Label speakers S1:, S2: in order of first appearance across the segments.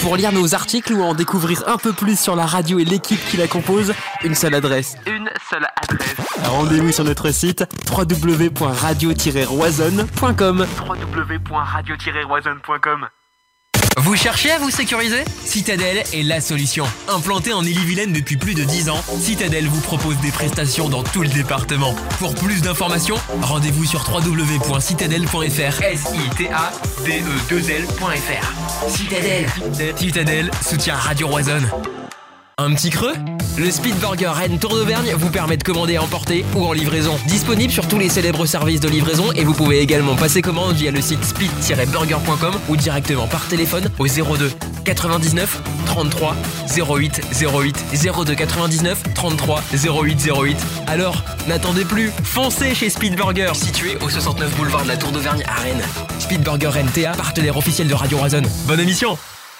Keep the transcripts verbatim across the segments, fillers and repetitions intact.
S1: Pour lire nos articles ou en découvrir un peu plus sur la radio et l'équipe qui la compose, une seule adresse.
S2: Une seule adresse.
S1: Rendez-vous sur notre site w w w point radio tiret roisonne point com.
S2: w w w point radio tiret roisonne point com.
S3: Vous cherchez à vous sécuriser ? Citadel est la solution. Implanté en Ille-et-Vilaine depuis plus de dix ans, Citadel vous propose des prestations dans tout le département. Pour plus d'informations, rendez-vous sur w w w point citadel point f r. S I T A D E deux L point F R. Citadel. Citadel soutient Radio Roisonne. Un petit creux ? Le Speed Burger Rennes Tour d'Auvergne vous permet de commander à emporter ou en livraison. Disponible sur tous les célèbres services de livraison et vous pouvez également passer commande via le site speed tiret burger point com ou directement par téléphone au zéro deux quatre-vingt-dix-neuf trente-trois zéro huit zéro huit zéro deux quatre-vingt-dix-neuf trente-trois zéro huit zéro huit. Alors, n'attendez plus, foncez chez Speed Burger, situé au soixante-neuf boulevard de la Tour d'Auvergne à Rennes. Speed Burger Rennes T A, partenaire officiel de Radio Roisonne. Bonne émission.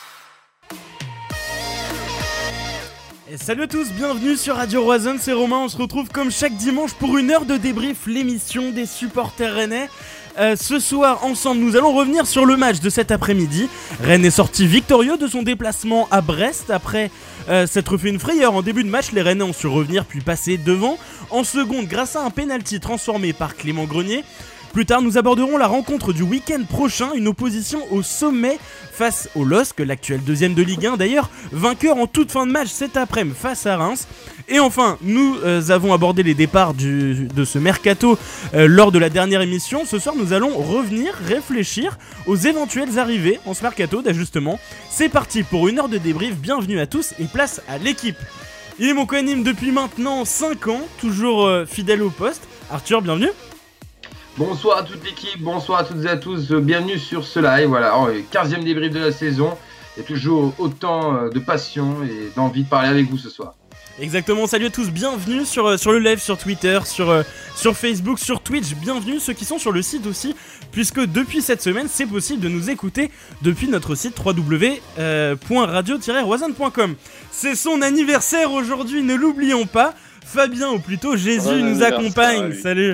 S4: Et salut à tous, bienvenue sur Radio Roisonne, c'est Romain, on se retrouve comme chaque dimanche pour une heure de débrief, l'émission des supporters rennais. Euh, ce soir, ensemble, nous allons revenir sur le match de cet après-midi. Rennes est sorti victorieux de son déplacement à Brest. Après euh, s'être fait une frayeur en début de match, les Rennais ont su revenir puis passer devant en seconde grâce à un pénalty transformé par Clément Grenier. Plus tard, nous aborderons la rencontre du week-end prochain, une opposition au sommet face au L O S C, l'actuel deuxième de Ligue un, d'ailleurs, vainqueur en toute fin de match cet après-midi face à Reims. Et enfin, nous euh, avons abordé les départs du, de ce mercato euh, lors de la dernière émission. Ce soir, nous allons revenir, réfléchir aux éventuelles arrivées en ce mercato d'ajustement. C'est parti pour une heure de débrief, bienvenue à tous et place à l'équipe. Il est mon co-anime depuis maintenant cinq ans, toujours euh, fidèle au poste. Arthur, bienvenue.
S5: Bonsoir à toute l'équipe, bonsoir à toutes et à tous, bienvenue sur ce live, voilà, quinzième débrief de la saison, il y a toujours autant de passion et d'envie de parler avec vous ce soir.
S4: Exactement, salut à tous, bienvenue sur, sur le live, sur Twitter, sur, sur Facebook, sur Twitch, bienvenue ceux qui sont sur le site aussi, puisque depuis cette semaine, c'est possible de nous écouter depuis notre site w w w point radio tiret roisonne point com. C'est son anniversaire aujourd'hui, ne l'oublions pas, Fabien, ou plutôt Jésus, bon nous accompagne, salut.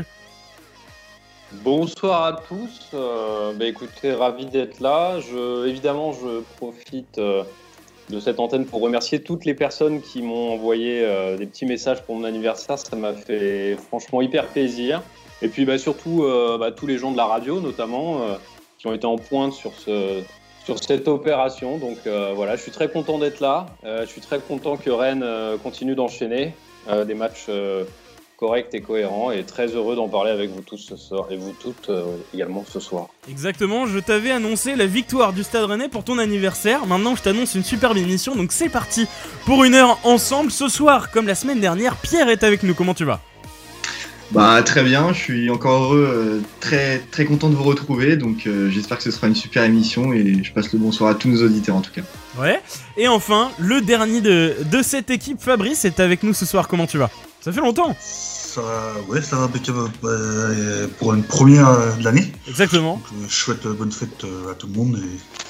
S6: Bonsoir à tous, euh, bah écoutez, ravi d'être là. Je, évidemment, je profite euh, de cette antenne pour remercier toutes les personnes qui m'ont envoyé euh, des petits messages pour mon anniversaire. Ça m'a fait franchement hyper plaisir. Et puis bah, surtout euh, bah, tous les gens de la radio, notamment, euh, qui ont été en pointe sur, ce, sur cette opération. Donc euh, voilà, je suis très content d'être là. Euh, je suis très content que Rennes euh, continue d'enchaîner euh, des matchs Euh, correct et cohérent, et très heureux d'en parler avec vous tous ce soir, et vous toutes euh, également ce soir.
S4: Exactement, je t'avais annoncé la victoire du Stade Rennais pour ton anniversaire, maintenant je t'annonce une superbe émission, donc c'est parti pour une heure ensemble. Ce soir, comme la semaine dernière, Pierre est avec nous, comment tu vas ?
S7: Bah très bien, je suis encore heureux, euh, très, très content de vous retrouver, donc euh, j'espère que ce sera une super émission, et je passe le bonsoir à tous nos auditeurs en tout cas.
S4: Ouais, et enfin, le dernier de, de cette équipe, Fabrice, est avec nous ce soir, comment tu vas ? Ça fait longtemps.
S8: Ça va, ouais, ça va impeccable euh, pour une première euh, de l'année.
S4: Exactement.
S8: Donc, euh, je souhaite euh, bonne fête euh, à tout le monde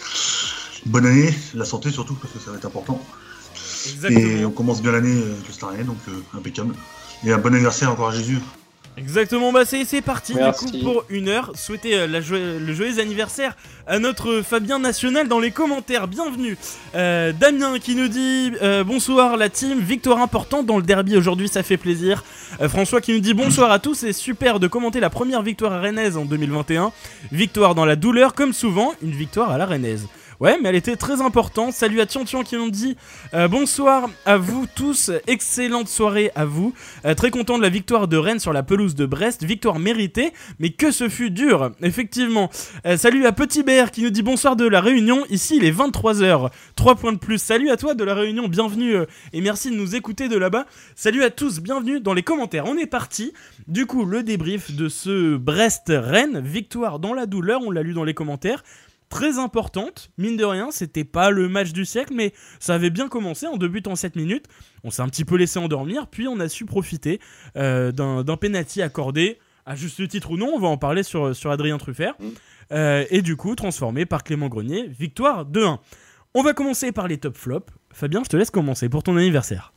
S8: et bonne année, la santé surtout parce que ça va être important. Exactement. Et on commence bien l'année euh, avec le Stade Rennais, donc euh, impeccable. Et un bon anniversaire encore à Jésus.
S4: Exactement, bah c'est, c'est parti.
S6: Merci.
S4: Du coup pour une heure. Souhaitez euh, la joie, le joyeux anniversaire à notre Fabien National dans les commentaires, bienvenue. euh, Damien qui nous dit euh, bonsoir la team, victoire importante dans le derby aujourd'hui, ça fait plaisir. euh, François qui nous dit bonsoir à tous, c'est super de commenter la première victoire rennaise en deux mille vingt et un. Victoire dans la douleur comme souvent, une victoire à la rennaise. Ouais, mais elle était très importante. Salut à Tian-Tian qui nous dit euh, bonsoir à vous tous, excellente soirée à vous. Euh, très content de la victoire de Rennes sur la pelouse de Brest, victoire méritée, mais que ce fut dur, effectivement. Euh, salut à Petit B R qui nous dit bonsoir de la Réunion, ici il est vingt-trois heures, trois points de plus. Salut à toi de la Réunion, bienvenue euh, et merci de nous écouter de là-bas. Salut à tous, bienvenue dans les commentaires. On est parti. Du coup, le débrief de ce Brest-Rennes, victoire dans la douleur, on l'a lu dans les commentaires. Très importante, mine de rien, c'était pas le match du siècle, mais ça avait bien commencé en deux buts en sept minutes. On s'est un petit peu laissé endormir, puis on a su profiter euh, d'un, d'un penalty accordé, à juste titre ou non, on va en parler sur, sur Adrien Truffert, euh, et du coup transformé par Clément Grenier, victoire deux un. On va commencer par les top flops. Fabien, je te laisse commencer pour ton anniversaire.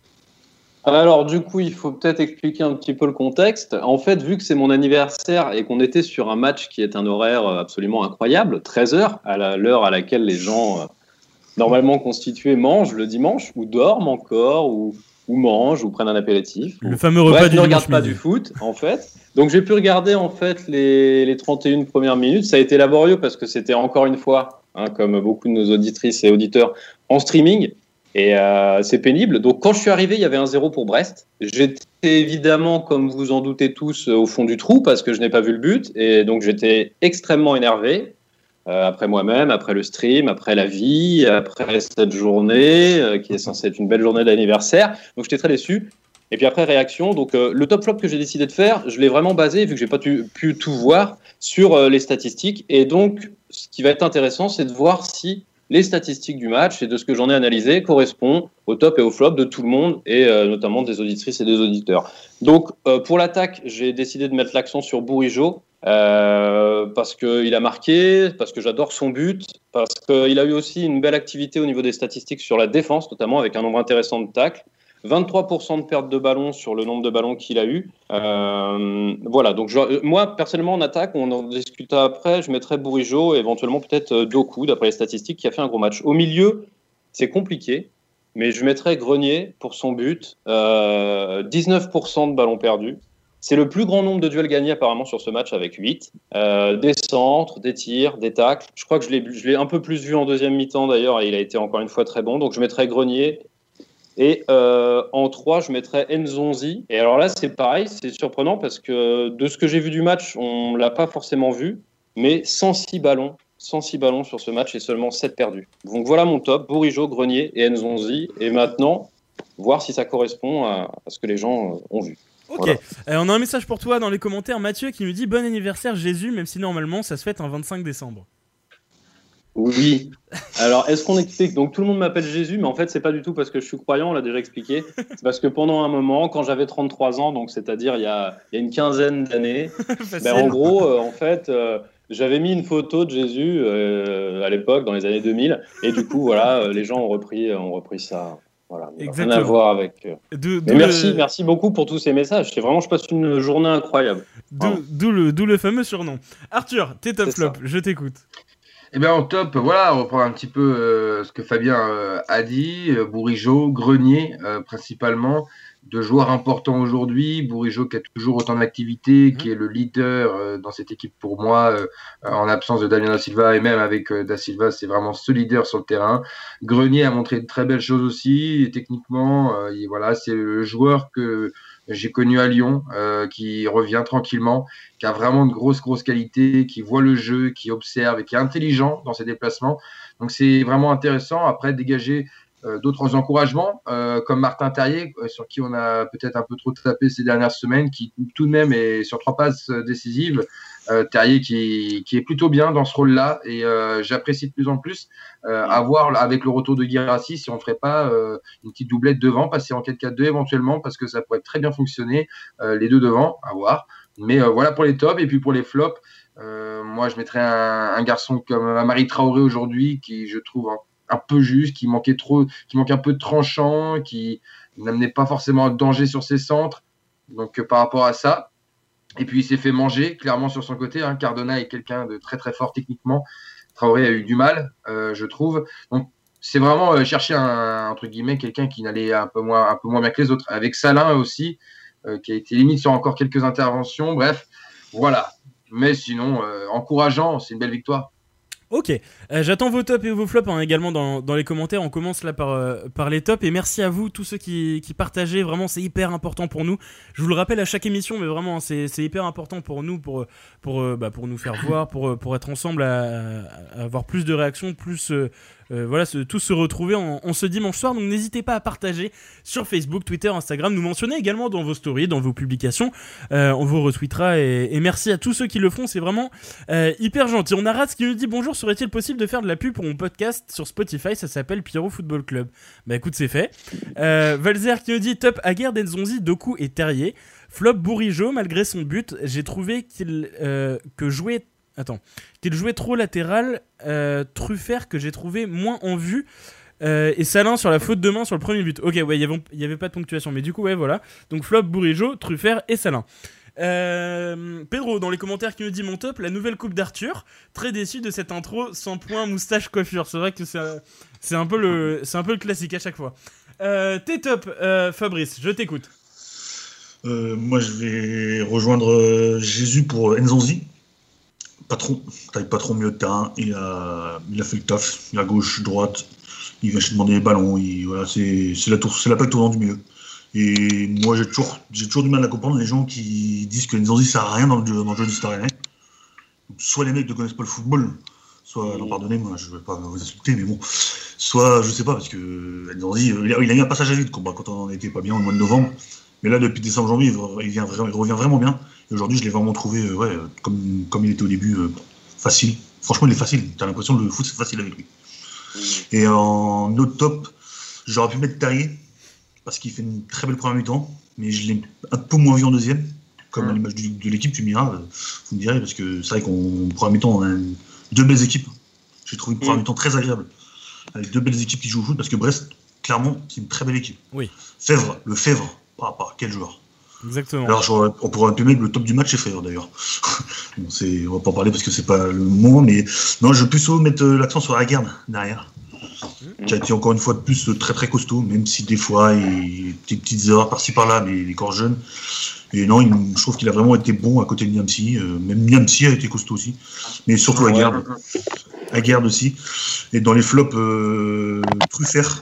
S6: Alors du coup, il faut peut-être expliquer un petit peu le contexte. En fait, vu que c'est mon anniversaire et qu'on était sur un match qui est un horaire absolument incroyable, treize heures, à la, l'heure à laquelle les gens normalement constitués mangent le dimanche, ou dorment encore, ou, ou mangent, ou prennent un apéritif.
S4: Le fameux repas
S6: Bref,
S4: du
S6: ne
S4: dimanche
S6: regarde pas
S4: midi.
S6: du foot, en fait. Donc j'ai pu regarder en fait les, les trente et une premières minutes. Ça a été laborieux parce que c'était encore une fois, hein, comme beaucoup de nos auditrices et auditeurs, en streaming. Et euh, c'est pénible. Donc quand je suis arrivé, il y avait un zéro pour Brest. J'étais évidemment, comme vous en doutez tous, au fond du trou parce que je n'ai pas vu le but. Et donc j'étais extrêmement énervé. Euh, après moi-même, après le stream, après la vie, après cette journée euh, qui est censée être une belle journée d'anniversaire. Donc j'étais très déçu. Et puis après, réaction. Donc euh, le top flop que j'ai décidé de faire, je l'ai vraiment basé, vu que j'ai pas tu, pu tout voir, sur euh, les statistiques. Et donc, ce qui va être intéressant, c'est de voir si les statistiques du match et de ce que j'en ai analysé correspondent au top et au flop de tout le monde, et euh, notamment des auditrices et des auditeurs. Donc euh, pour l'attaque, j'ai décidé de mettre l'accent sur Bourigeaud, Euh, parce qu'il a marqué, parce que j'adore son but, parce qu'il a eu aussi une belle activité au niveau des statistiques sur la défense, notamment avec un nombre intéressant de tacles. vingt-trois pour cent de perte de ballon sur le nombre de ballons qu'il a eu. Euh, voilà, donc je, moi, personnellement, en attaque, on en discutera après, je mettrais Bourigeaud et éventuellement peut-être Doku, d'après les statistiques, qui a fait un gros match. Au milieu, c'est compliqué, mais je mettrais Grenier pour son but, euh, dix-neuf pour cent de ballons perdus. C'est le plus grand nombre de duels gagnés apparemment sur ce match avec huit. Euh, des centres, des tirs, des tacles. Je crois que je l'ai, je l'ai un peu plus vu en deuxième mi-temps d'ailleurs et il a été encore une fois très bon. Donc je mettrais Grenier. Et euh, en trois, je mettrais Nzonzi. Et alors là, c'est pareil, c'est surprenant parce que de ce que j'ai vu du match, on ne l'a pas forcément vu. Mais cent six ballons, cent six ballons sur ce match et seulement sept perdus. Donc voilà mon top, Bourigeaud, Grenier et Nzonzi. Et maintenant, voir si ça correspond à, à ce que les gens ont vu.
S4: Ok,
S6: Voilà.
S4: euh, on a un message pour toi dans les commentaires, Mathieu qui nous dit bon anniversaire Jésus, même si normalement ça se fête un vingt-cinq décembre.
S6: Oui. Alors, est-ce qu'on explique ? Donc, tout le monde m'appelle Jésus, mais en fait, c'est pas du tout parce que je suis croyant, on l'a déjà expliqué. C'est parce que pendant un moment, quand j'avais trente-trois ans, donc c'est-à-dire il y a, il y a une quinzaine d'années, ben, en gros, euh, en fait, euh, j'avais mis une photo de Jésus euh, à l'époque, dans les années deux mille, et du coup, voilà, euh, les gens ont repris, ont repris ça. Voilà, rien à voir avec. Euh...
S4: De,
S6: Mais merci,
S4: le...
S6: merci beaucoup pour tous ces messages. C'est vraiment, je passe une journée incroyable.
S4: D'où, d'où, le, d'où le fameux surnom. Arthur, tes top flop, je t'écoute.
S5: Eh bien, en top, voilà, on reprend un petit peu euh, ce que Fabien euh, a dit. Euh, Bourigeaud, Grenier, euh, principalement, deux joueurs importants aujourd'hui. Bourigeaud qui a toujours autant d'activité, mmh. qui est le leader euh, dans cette équipe pour moi, euh, en absence de Damien Da Silva, et même avec euh, Da Silva, c'est vraiment ce leader sur le terrain. Grenier a montré de très belles choses aussi, et techniquement, euh, et voilà, c'est le joueur que j'ai connu à Lyon, euh, qui revient tranquillement, qui a vraiment de grosses, grosses qualités, qui voit le jeu, qui observe et qui est intelligent dans ses déplacements. Donc, c'est vraiment intéressant. Après, dégager euh, d'autres encouragements, euh, comme Martin Terrier, euh, sur qui on a peut-être un peu trop tapé ces dernières semaines, qui tout de même est sur trois passes décisives. Euh, Terrier qui, qui est plutôt bien dans ce rôle-là et euh, j'apprécie de plus en plus euh, à voir avec le retour de Guirassy si on ne ferait pas euh, une petite doublette devant, passer en quatre quatre deux éventuellement parce que ça pourrait très bien fonctionner, euh, les deux devant, à voir. Mais euh, voilà pour les tops et puis pour les flops, euh, moi je mettrais un, un garçon comme Amari Traoré aujourd'hui qui je trouve un, un peu juste, qui manquait trop, qui manque un peu de tranchant, qui n'amenait pas forcément de danger sur ses centres. Donc euh, par rapport à ça. Et puis, il s'est fait manger, clairement, sur son côté. Hein. Cardona est quelqu'un de très, très fort techniquement. Traoré a eu du mal, euh, je trouve. Donc, c'est vraiment euh, chercher, un, entre guillemets, quelqu'un qui n'allait un peu moins, un peu moins bien que les autres. Avec Salin aussi, euh, qui a été limite sur encore quelques interventions. Bref, voilà. Mais sinon, euh, encourageant, c'est une belle victoire.
S4: Ok, euh, j'attends vos tops et vos flops hein, également dans, dans les commentaires. On commence là par, euh, par les tops et merci à vous tous ceux qui, qui partagez, vraiment c'est hyper important pour nous. Je vous le rappelle à chaque émission, mais vraiment c'est, c'est hyper important pour nous, pour, pour, euh, bah, pour nous faire voir, pour, pour être ensemble, à, à avoir plus de réactions, plus euh, euh, voilà, se, tous se retrouver en, en ce dimanche soir. Donc n'hésitez pas à partager sur Facebook, Twitter, Instagram, nous mentionner également dans vos stories, dans vos publications. Euh, on vous retweetera et, et merci à tous ceux qui le font, c'est vraiment euh, hyper gentil. On a Raz qui nous dit bonjour. Serait-il possible de faire de la pub pour mon podcast sur Spotify ? Ça s'appelle Pierrot Football Club. Bah écoute, c'est fait. Euh, Valzer qui nous dit top Aguerd, Nzonzi, Doku et Terrier. Flop Bourigeaud, malgré son but, j'ai trouvé qu'il euh, que jouait attends qu'il jouait trop latéral. Euh, Truffert que j'ai trouvé moins en vue. Euh, et Salin sur la faute de main sur le premier but. Ok, ouais, il y avait, y avait pas de ponctuation, mais du coup ouais voilà. Donc flop Bourigeaud, Truffert et Salin. Euh, Pedro, dans les commentaires, qui nous dit mon top, la nouvelle coupe d'Arthur. Très déçu de cette intro sans point, moustache, coiffure. C'est vrai que c'est, c'est, un, peu le, c'est un peu le classique à chaque fois. Euh, tes top, euh, Fabrice, je t'écoute.
S8: Euh, moi, je vais rejoindre euh, Jésus pour Nzonzi. Patron, taille patron milieu de terrain. Il a, il a fait le taf. Il a gauche, droite. Il vient demander les ballons. Il, voilà, c'est, c'est la tour, c'est la plaque tournante du milieu. Et moi, j'ai toujours, j'ai toujours du mal à comprendre les gens qui disent que Nzonzi sert à rien dans le jeu, dans le jeu du Stade Rennais. Soit les mecs ne connaissent pas le football, soit, non, pardonnez-moi, je ne vais pas vous insulter, mais bon, soit, je sais pas, parce que Nzonzi, il a, il a eu un passage à vide quand on n'était pas bien au mois de novembre. Mais là, depuis décembre, janvier, il, vient, il revient vraiment bien. Et aujourd'hui, je l'ai vraiment trouvé, euh, ouais, comme, comme il était au début, euh, facile. Franchement, il est facile. Tu as l'impression que le foot, c'est facile avec lui. Et en autre top, j'aurais pu mettre Terrier, parce qu'il fait une très belle première mi-temps, mais je l'ai un peu moins vu en deuxième, comme mmh. à l'image du, de l'équipe, tu me diras, vous me direz, parce que c'est vrai qu'en première mi-temps, on a une, deux belles équipes. J'ai trouvé une première mmh. mi-temps très agréable, avec deux belles équipes qui jouent au foot, parce que Brest, clairement, c'est une très belle équipe.
S4: Oui.
S8: Fèvre, le Fèvre, pas, pas, quel joueur.
S4: Exactement.
S8: Alors, on pourrait un peu mettre le top du match chez Fèvre, d'ailleurs. Bon, c'est, on va pas en parler parce que c'est pas le moment, mais non, je vais plutôt mettre l'accent sur Aguerd, derrière. Qui a été encore une fois de plus très très costaud, même si des fois il y a des petites erreurs par-ci par-là, mais il est encore jeune. Et non, il, je trouve qu'il a vraiment été bon à côté de Niamsi. Euh, même Niamsi a été costaud aussi, mais surtout ouais, Aguerd. Aguerd aussi. Et dans les flops, euh, Truffert,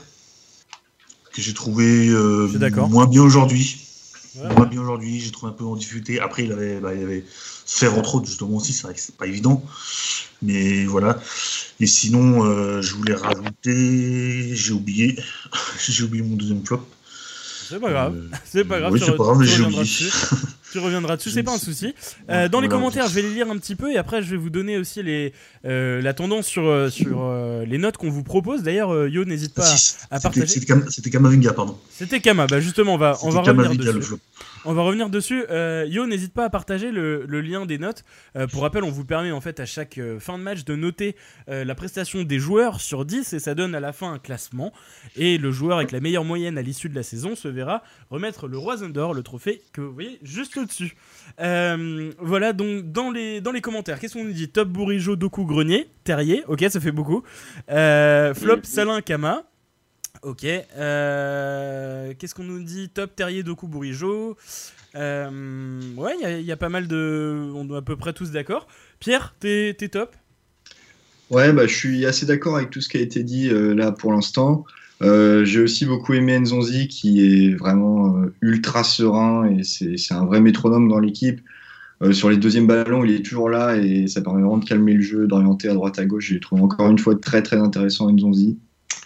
S8: que j'ai trouvé euh, moins bien aujourd'hui. Ouais. Moins bien aujourd'hui, j'ai trouvé un peu en difficulté. Après, il avait, bah, il avait Fèvre entre autres, justement aussi, c'est vrai que c'est pas évident. Mais voilà. Et sinon, euh, je voulais rajouter. J'ai oublié. j'ai oublié mon deuxième flop.
S4: C'est pas grave.
S8: Euh...
S4: C'est pas grave.
S8: Oui, c'est
S4: re-
S8: pas grave, mais j'ai oublié.
S4: Dessus. Tu reviendras dessus, c'est pas un souci. Euh, dans les commentaires, je vais les lire un petit peu et après, je vais vous donner aussi les, euh, la tendance sur, euh, sur euh, les notes qu'on vous propose. D'ailleurs, euh, Yo, n'hésite pas
S8: ah, si,
S4: à, à partager.
S8: C'était, Kam- c'était Kamavinga, pardon.
S4: C'était Kama. Bah justement, on va, on va revenir
S8: Kamavinga,
S4: dessus.
S8: Le
S4: On va revenir dessus. Euh, Yo, n'hésite pas à partager le, le lien des notes. Euh, pour rappel, on vous permet en fait à chaque euh, fin de match de noter euh, la prestation des joueurs sur dix et ça donne à la fin un classement. Et le joueur avec la meilleure moyenne à l'issue de la saison se verra remettre le Roison d'Or, le trophée que vous voyez juste au-dessus. Euh, voilà, donc dans les, dans les commentaires, qu'est-ce qu'on nous dit? Top, Bourigeaud, Doku, Grenier, Terrier, ok, ça fait beaucoup. Euh, flop, Salin, Kama. Ok, euh, qu'est-ce qu'on nous dit? Top, Terrier, Doku, Bourigeaud. Euh, ouais, il y, y a pas mal de... On est à peu près tous d'accord. Pierre, t'es, t'es top?
S7: Ouais, bah, je suis assez d'accord avec tout ce qui a été dit euh, là pour l'instant. Euh, j'ai aussi beaucoup aimé Nzonzi qui est vraiment euh, ultra serein et c'est, c'est un vrai métronome dans l'équipe. Euh, sur les deuxièmes ballons, il est toujours là et ça permet vraiment de calmer le jeu, d'orienter à droite à gauche. J'ai trouvé encore une fois très très intéressant Nzonzi.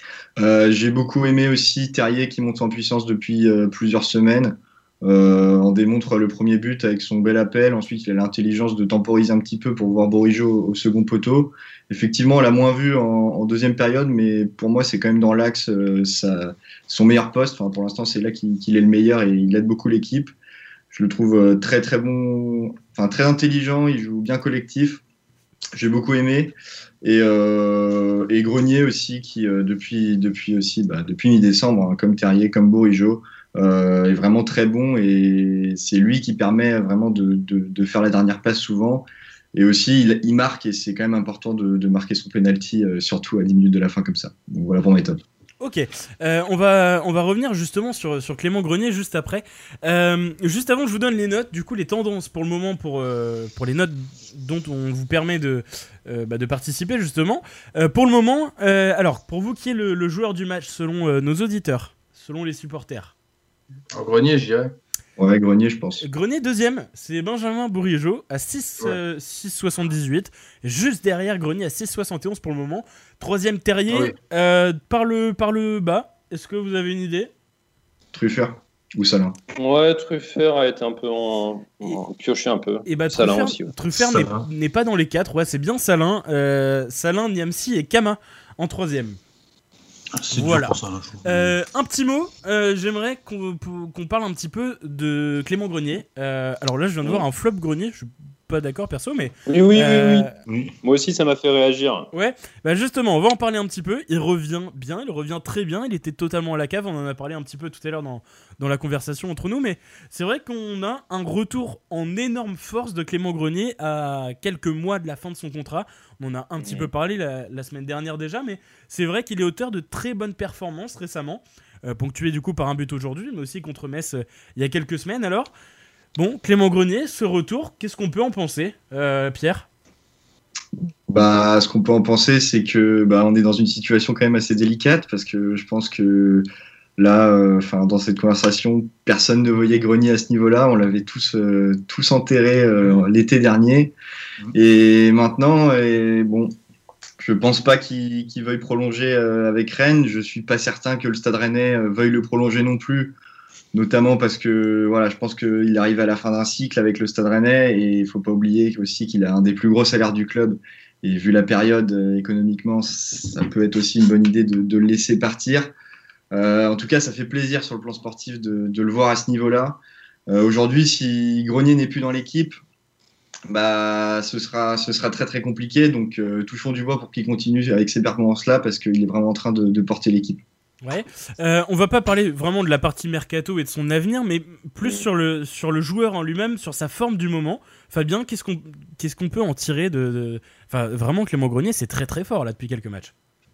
S7: Euh, j'ai beaucoup aimé aussi Terrier qui monte en puissance depuis euh, plusieurs semaines. Euh, on démontre le premier but avec son bel appel. Ensuite, il a l'intelligence de temporiser un petit peu pour voir Bourigeaud au, au second poteau. Effectivement, on l'a moins vu en, en deuxième période, mais pour moi, c'est quand même dans l'axe euh, sa, son meilleur poste. Enfin, pour l'instant, c'est là qu'il, qu'il est le meilleur et il aide beaucoup l'équipe. Je le trouve euh, très très bon, enfin très intelligent. Il joue bien collectif. J'ai beaucoup aimé. Et, euh, et Grenier aussi, qui euh, depuis depuis aussi bah, depuis mi-décembre, hein, comme Terrier, comme Bourigeaud. Euh, est vraiment très bon et c'est lui qui permet vraiment de, de, de faire la dernière passe souvent et aussi il, il marque et c'est quand même important de, de marquer son penalty euh, surtout à dix minutes de la fin comme ça. Donc voilà pour mes tops.
S4: Ok, euh, on, va, on va revenir justement sur, sur Clément Grenier juste après. Euh, juste avant, je vous donne les notes, du coup les tendances pour le moment pour, euh, pour les notes dont on vous permet de, euh, bah, de participer justement. Euh, pour le moment, euh, alors pour vous, qui est le, le joueur du match selon euh, nos auditeurs, selon les supporters?
S5: En Grenier, je dirais.
S7: Ouais, Grenier, je pense.
S4: Grenier deuxième, c'est Benjamin Bourigeaud à six virgule soixante-dix-huit. Ouais. Juste derrière Grenier à six virgule soixante et onze pour le moment. Troisième Terrier, ah oui. euh, par, le, par le bas. Est-ce que vous avez une idée?
S7: Truffert ou Salin?
S6: Ouais, Truffert a été un peu en, en pioché un peu.
S4: Et bah,
S6: Salin
S4: Truffert,
S6: aussi. Ouais.
S4: Truffert n'est, n'est pas dans les quatre. Ouais, c'est bien Salin. Euh, Salin, Niamsi et Kama en troisième.
S8: C'est
S4: voilà.
S8: Dur pour ça, là,
S4: euh, un petit mot, euh, j'aimerais qu'on, qu'on parle un petit peu de Clément Grenier. Euh, alors là, je viens de voir un flop Grenier. Je suis pas d'accord perso, mais
S6: Oui, oui,
S4: euh,
S6: oui, oui, oui. Moi aussi, ça m'a fait réagir.
S4: Ouais, bah justement, on va en parler un petit peu. Il revient bien, il revient très bien. Il était totalement à la cave. On en a parlé un petit peu tout à l'heure dans, dans la conversation entre nous. Mais c'est vrai qu'on a un retour en énorme force de Clément Grenier à quelques mois de la fin de son contrat. On en a un petit mmh. peu parlé la, la semaine dernière déjà. Mais c'est vrai qu'il est auteur de très bonnes performances récemment. Euh, ponctué du coup par un but aujourd'hui, mais aussi contre Metz euh, il y a quelques semaines. Alors, bon, Clément Grenier, ce retour, qu'est-ce qu'on peut en penser, euh, Pierre ?
S7: Bah, ce qu'on peut en penser, c'est que bah, on est dans une situation quand même assez délicate, parce que je pense que là, enfin, euh, dans cette conversation, personne ne voyait Grenier à ce niveau-là. On l'avait tous, euh, tous enterré euh, l'été dernier, et maintenant, et bon. Je pense pas qu'il, qu'il veuille prolonger euh, avec Rennes. Je suis pas certain que le Stade Rennais euh, veuille le prolonger non plus, notamment parce que voilà, je pense qu'il arrive à la fin d'un cycle avec le Stade Rennais et il faut pas oublier aussi qu'il a un des plus gros salaires du club. Et vu la période euh, économiquement, ça peut être aussi une bonne idée de, de le laisser partir. Euh, en tout cas, ça fait plaisir sur le plan sportif de, de le voir à ce niveau-là. Euh, aujourd'hui, si Grenier n'est plus dans l'équipe, bah, ce sera, ce sera très très compliqué, donc euh, touchons du bois pour qu'il continue avec ces performances-là parce qu'il est vraiment en train de, de porter l'équipe.
S4: Ouais, euh, on va pas parler vraiment de la partie mercato et de son avenir, mais plus sur le, sur le joueur en lui-même, sur sa forme du moment. Fabien, qu'est-ce qu'on, qu'est-ce qu'on peut en tirer de, de... Enfin, vraiment, Clément Grenier, c'est très très fort là depuis quelques matchs.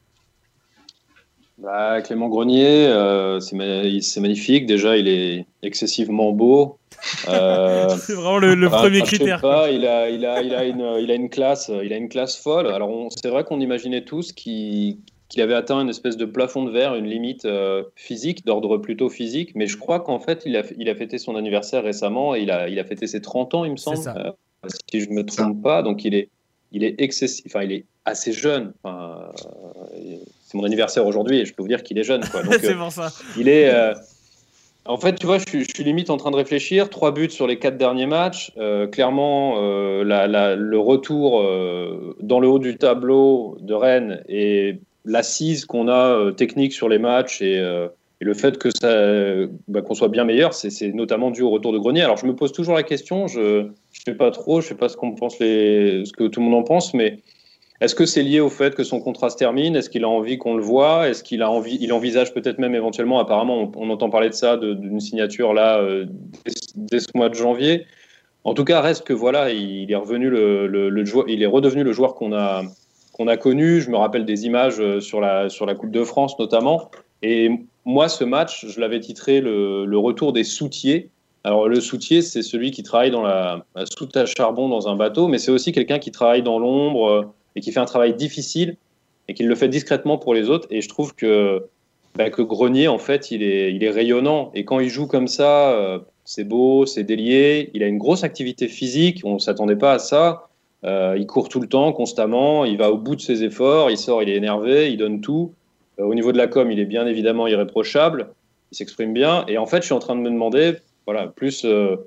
S6: Bah, Clément Grenier, euh, c'est, ma- c'est magnifique. Déjà, il est excessivement beau. Euh,
S4: c'est vraiment le, le
S6: enfin,
S4: premier
S6: je sais
S4: critère.
S6: pas, il a, il a, il a une, il a une classe, il a une classe folle. Alors, on, c'est vrai qu'on imaginait tous qu'il, qu'il avait atteint une espèce de plafond de verre, une limite euh, physique, d'ordre plutôt physique. Mais je crois qu'en fait, il a, il a fêté son anniversaire récemment. Et il a, il a fêté ses trente ans, il me semble. Euh, si je me trompe pas. Donc, il est, il est excessif. Enfin, il est assez jeune. Enfin, euh, c'est mon anniversaire aujourd'hui et je peux vous dire qu'il est jeune, quoi. Donc,
S4: c'est
S6: euh,
S4: pour ça.
S6: Il est. Euh, En fait, tu vois, je suis, je suis limite en train de réfléchir. Trois buts sur les quatre derniers matchs. Euh, clairement, euh, la, la, le retour euh, dans le haut du tableau de Rennes et l'assise qu'on a euh, technique sur les matchs et, euh, et le fait que ça, bah, qu'on soit bien meilleur, c'est, c'est notamment dû au retour de Grenier. Alors, je me pose toujours la question. Je ne sais pas trop. Je sais pas ce qu'on pense les, ce que tout le monde en pense, mais est-ce que c'est lié au fait que son contrat se termine ? Est-ce qu'il a envie qu'on le voie ? Est-ce qu'il a envie, il envisage peut-être même éventuellement, apparemment, on, on entend parler de ça, de, d'une signature là euh, dès, dès ce mois de janvier. En tout cas, reste que voilà, il, il est revenu le, le, le joueur, il est redevenu le joueur qu'on a qu'on a connu. Je me rappelle des images sur la sur la Coupe de France notamment. Et moi, ce match, je l'avais titré le, le retour des soutiers. Alors le soutier, c'est celui qui travaille dans la, la soute à charbon dans un bateau, mais c'est aussi quelqu'un qui travaille dans l'ombre et qui fait un travail difficile et qui le fait discrètement pour les autres. Et je trouve que, bah, que Grenier, en fait, il est, il est rayonnant. Et quand il joue comme ça, euh, c'est beau, c'est délié. Il a une grosse activité physique. On ne s'attendait pas à ça. Euh, il court tout le temps, constamment. Il va au bout de ses efforts. Il sort, il est énervé. Il donne tout. Euh, au niveau de la com, il est bien évidemment irréprochable. Il s'exprime bien. Et en fait, je suis en train de me demander, voilà, plus... Euh,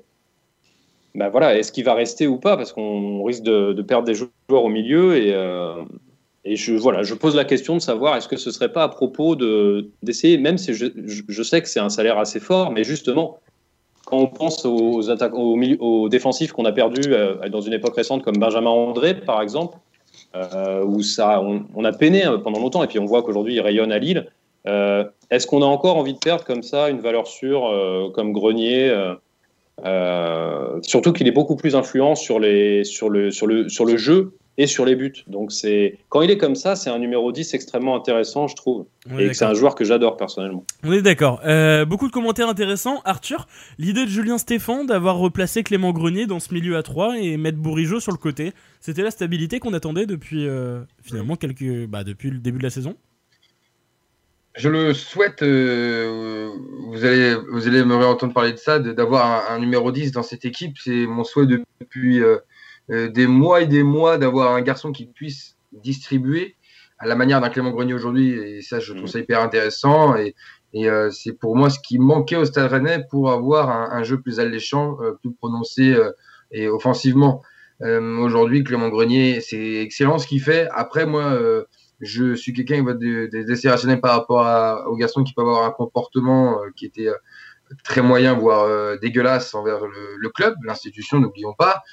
S6: Ben voilà, est-ce qu'il va rester ou pas ? Parce qu'on risque de, de perdre des joueurs au milieu. Et, euh, et je, voilà, je pose la question de savoir est-ce que ce ne serait pas à propos de, d'essayer, même si je, je, je sais que c'est un salaire assez fort, mais justement, quand on pense aux, attaques, aux, milieu, aux défensifs qu'on a perdus euh, dans une époque récente, comme Benjamin André, par exemple, euh, où ça, on, on a peiné pendant longtemps, et puis on voit qu'aujourd'hui il rayonne à Lille. Euh, est-ce qu'on a encore envie de perdre comme ça une valeur sûre, euh, comme Grenier euh, Euh, surtout qu'il est beaucoup plus influent sur, les, sur, le, sur, le, sur le jeu et sur les buts. Donc c'est, quand il est comme ça, c'est un numéro dix extrêmement intéressant, je trouve. Et que c'est un joueur que j'adore personnellement.
S4: On est d'accord. Euh, beaucoup de commentaires intéressants. Arthur, l'idée de Julien Stéphan d'avoir replacé Clément Grenier dans ce milieu à trois et mettre Bourigeaud sur le côté, c'était la stabilité qu'on attendait depuis, euh, finalement, quelques, bah, depuis le début de la saison.
S5: Je le souhaite, euh, vous, allez, vous allez me réentendre parler de ça, de, d'avoir un, un numéro dix dans cette équipe. C'est mon souhait depuis euh, euh, des mois et des mois d'avoir un garçon qui puisse distribuer à la manière d'un Clément Grenier aujourd'hui. Et ça, je trouve ça hyper intéressant. Et, et euh, c'est pour moi ce qui manquait au Stade Rennais pour avoir un, un jeu plus alléchant, euh, plus prononcé euh, et offensivement. Euh, aujourd'hui, Clément Grenier, c'est excellent ce qu'il fait. Après, moi... Euh, Je suis quelqu'un qui va d'essayer rationnel par rapport à, aux garçons qui peuvent avoir un comportement euh, qui était euh, très moyen, voire euh, dégueulasse envers le, le club, l'institution, n'oublions pas.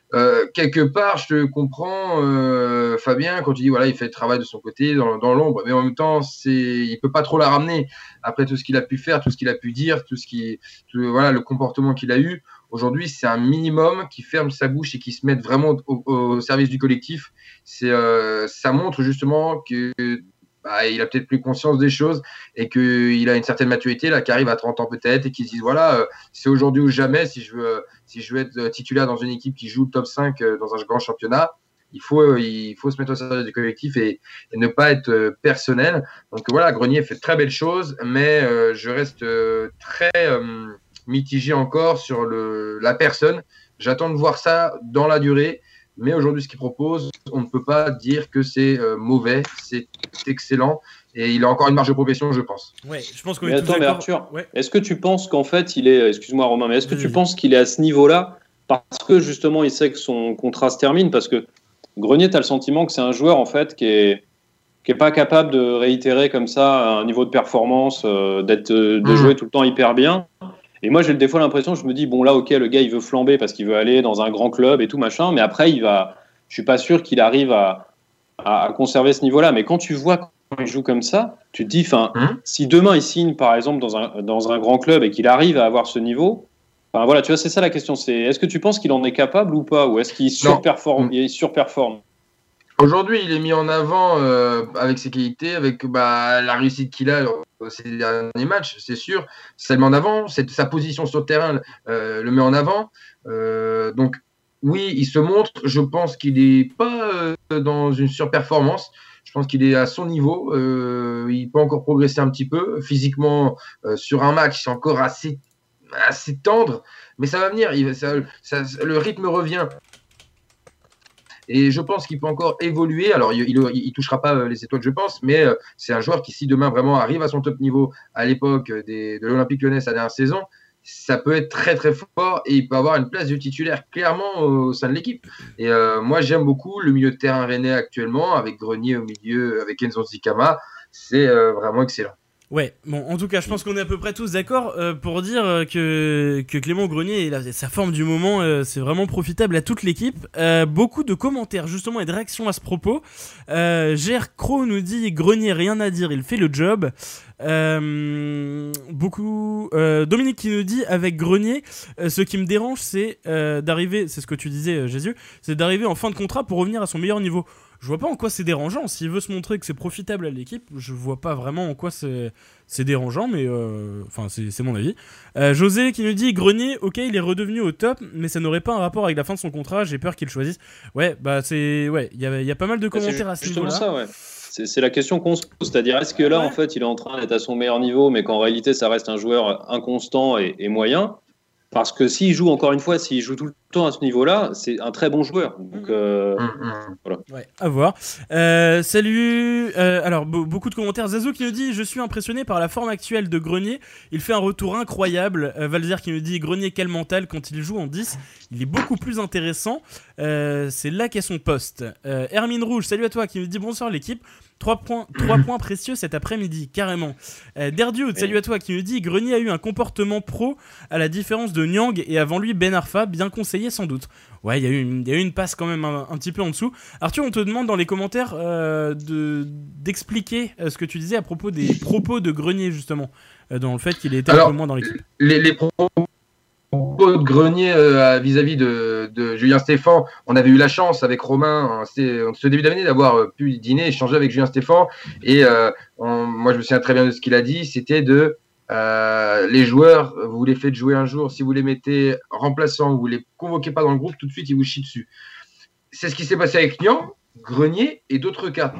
S5: euh, quelque part, je te comprends, euh, Fabien, quand tu dis voilà, il fait le travail de son côté dans, dans l'ombre, mais en même temps, c'est, il peut pas trop la ramener après tout ce qu'il a pu faire, tout ce qu'il a pu dire, tout ce qui, tout, voilà, le comportement qu'il a eu. Aujourd'hui, c'est un minimum qui ferme sa bouche et qui se mette vraiment au, au service du collectif. C'est, euh, ça montre justement que bah, il a peut-être plus conscience des choses et qu'il a une certaine maturité là, qui arrive à trente ans peut-être et qui se dit voilà, euh, c'est aujourd'hui ou jamais si je veux, euh, si je veux être titulaire dans une équipe qui joue le top cinq euh, dans un grand championnat. Il faut, euh, il faut se mettre au service du collectif et, et ne pas être euh, personnel. Donc voilà, Grenier fait de très belles choses, mais euh, je reste euh, très euh, mitigé encore sur le, la personne. J'attends de voir ça dans la durée. Mais aujourd'hui, ce qu'il propose, on ne peut pas dire que c'est euh, mauvais, c'est excellent. Et il a encore une marge de progression, je pense.
S4: Ouais, je pense qu'on
S6: mais
S4: est
S6: attends,
S4: tous
S6: mais
S4: d'accord.
S6: Arthur,
S4: Ouais.
S6: est-ce que tu penses qu'en fait, il est, excuse-moi Romain, mais est-ce que
S4: Vas-y.
S6: tu penses qu'il est à ce niveau-là parce que justement, il sait que son contrat se termine? Parce que Grenier, tu as le sentiment que c'est un joueur en fait qui est, qui est pas capable de réitérer comme ça un niveau de performance, euh, d'être, de
S5: Mmh.
S6: jouer tout le temps hyper bien. Et moi, j'ai des fois l'impression, je me dis, bon là, ok, le gars, il veut flamber parce qu'il veut aller dans un grand club et tout machin, mais après, il va, je suis pas sûr qu'il arrive à, à, à conserver ce niveau-là. Mais quand tu vois quand il joue comme ça, tu te dis, enfin,
S5: Mmh.
S6: si demain il signe par exemple dans un dans un grand club et qu'il arrive à avoir ce niveau, enfin voilà, tu vois, c'est ça la question. C'est, est-ce que tu penses qu'il en est capable ou pas, ou est-ce qu'il surperforme,
S5: Mmh.
S6: il surperforme?
S5: Aujourd'hui, il est mis en avant euh, avec ses qualités, avec bah, la réussite qu'il a euh, ces derniers matchs, c'est sûr. Ça le met en avant, c'est, sa position sur le terrain euh, le met en avant. Euh, donc, oui, il se montre. Je pense qu'il n'est pas euh, dans une surperformance. Je pense qu'il est à son niveau. Euh, il peut encore progresser un petit peu. Physiquement, euh, sur un match, c'est encore assez, assez tendre. Mais ça va venir. Il, ça, ça, le rythme revient. Et je pense qu'il peut encore évoluer. Alors, il ne touchera pas les étoiles, je pense, mais euh, c'est un joueur qui, si demain vraiment arrive à son top niveau à l'époque des, de l'Olympique Lyonnais sa dernière saison, ça peut être très très fort et il peut avoir une place de titulaire clairement au sein de l'équipe. Et euh, moi, j'aime beaucoup le milieu de terrain rennais actuellement, avec Grenier au milieu, avec Enzo Zikama. C'est euh, vraiment excellent.
S4: Ouais, bon, en tout cas, je pense qu'on est à peu près tous d'accord euh, pour dire euh, que, que Clément Grenier, il a sa forme du moment, euh, c'est vraiment profitable à toute l'équipe. Euh, beaucoup de commentaires, justement, et de réactions à ce propos. Euh, Gère Crow nous dit « Grenier, rien à dire, il fait le job ». Euh, beaucoup euh, Dominique qui nous dit avec Grenier euh, ce qui me dérange c'est euh, d'arriver, c'est ce que tu disais euh, Jésus, c'est d'arriver en fin de contrat pour revenir à son meilleur niveau. Je vois pas en quoi c'est dérangeant. S'il veut se montrer que c'est profitable à l'équipe, je vois pas vraiment en quoi c'est, c'est dérangeant, mais euh, enfin c'est, c'est mon avis. Euh, José qui nous dit Grenier, ok, il est redevenu au top, mais ça n'aurait pas un rapport avec la fin de son contrat. J'ai peur qu'il choisisse. Ouais, bah c'est, ouais, il y a, y a pas mal de commentaires
S6: c'est
S4: à ce
S6: justement
S4: niveau-là.
S6: ça, ouais. C'est, c'est la question qu'on se pose, c'est-à-dire est-ce que là,
S4: Ouais.
S6: en fait, il est en train d'être à son meilleur niveau, mais qu'en réalité, ça reste un joueur inconstant et, et moyen? Parce que s'il joue, encore une fois, s'il joue tout le temps à ce niveau-là, c'est un très bon joueur. Donc, euh,
S5: Mmh, mmh.
S6: voilà.
S4: Ouais, à voir. Euh, salut. Euh, alors, be- beaucoup de commentaires. Zazou qui nous dit je suis impressionné par la forme actuelle de Grenier. Il fait un retour incroyable. Euh, Valzer qui nous dit Grenier, quel mental quand il joue en dix. Il est beaucoup plus intéressant. Euh, c'est là qu'est son poste. Euh, Hermine Rouge, salut à toi, qui nous dit bonsoir l'équipe. Trois points, trois points précieux cet après-midi, carrément. Euh, Derdude, salut à toi, qui nous dit Grenier a eu un comportement pro à la différence de Nyang et avant lui Ben Arfa, bien conseillé sans doute. Ouais, il y a eu une, il y a eu une passe quand même un, un petit peu en dessous. Arthur, on te demande dans les commentaires euh, de, d'expliquer euh, ce que tu disais à propos des propos de Grenier, justement, euh, dans le fait qu'il était
S5: Alors,
S4: un peu moins dans l'équipe.
S5: Les, les propos de Grenier euh, vis-à-vis de, de Julien Stéphan, on avait eu la chance avec Romain, c'est, en ce début d'année, d'avoir euh, pu dîner, échanger avec Julien Stéphan. Et euh, on, moi, je me souviens très bien de ce qu'il a dit, c'était de euh, les joueurs, vous les faites jouer un jour, si vous les mettez remplaçants, vous les convoquez pas dans le groupe, tout de suite, ils vous chient dessus. C'est ce qui s'est passé avec Nyang, Grenier et d'autres cas.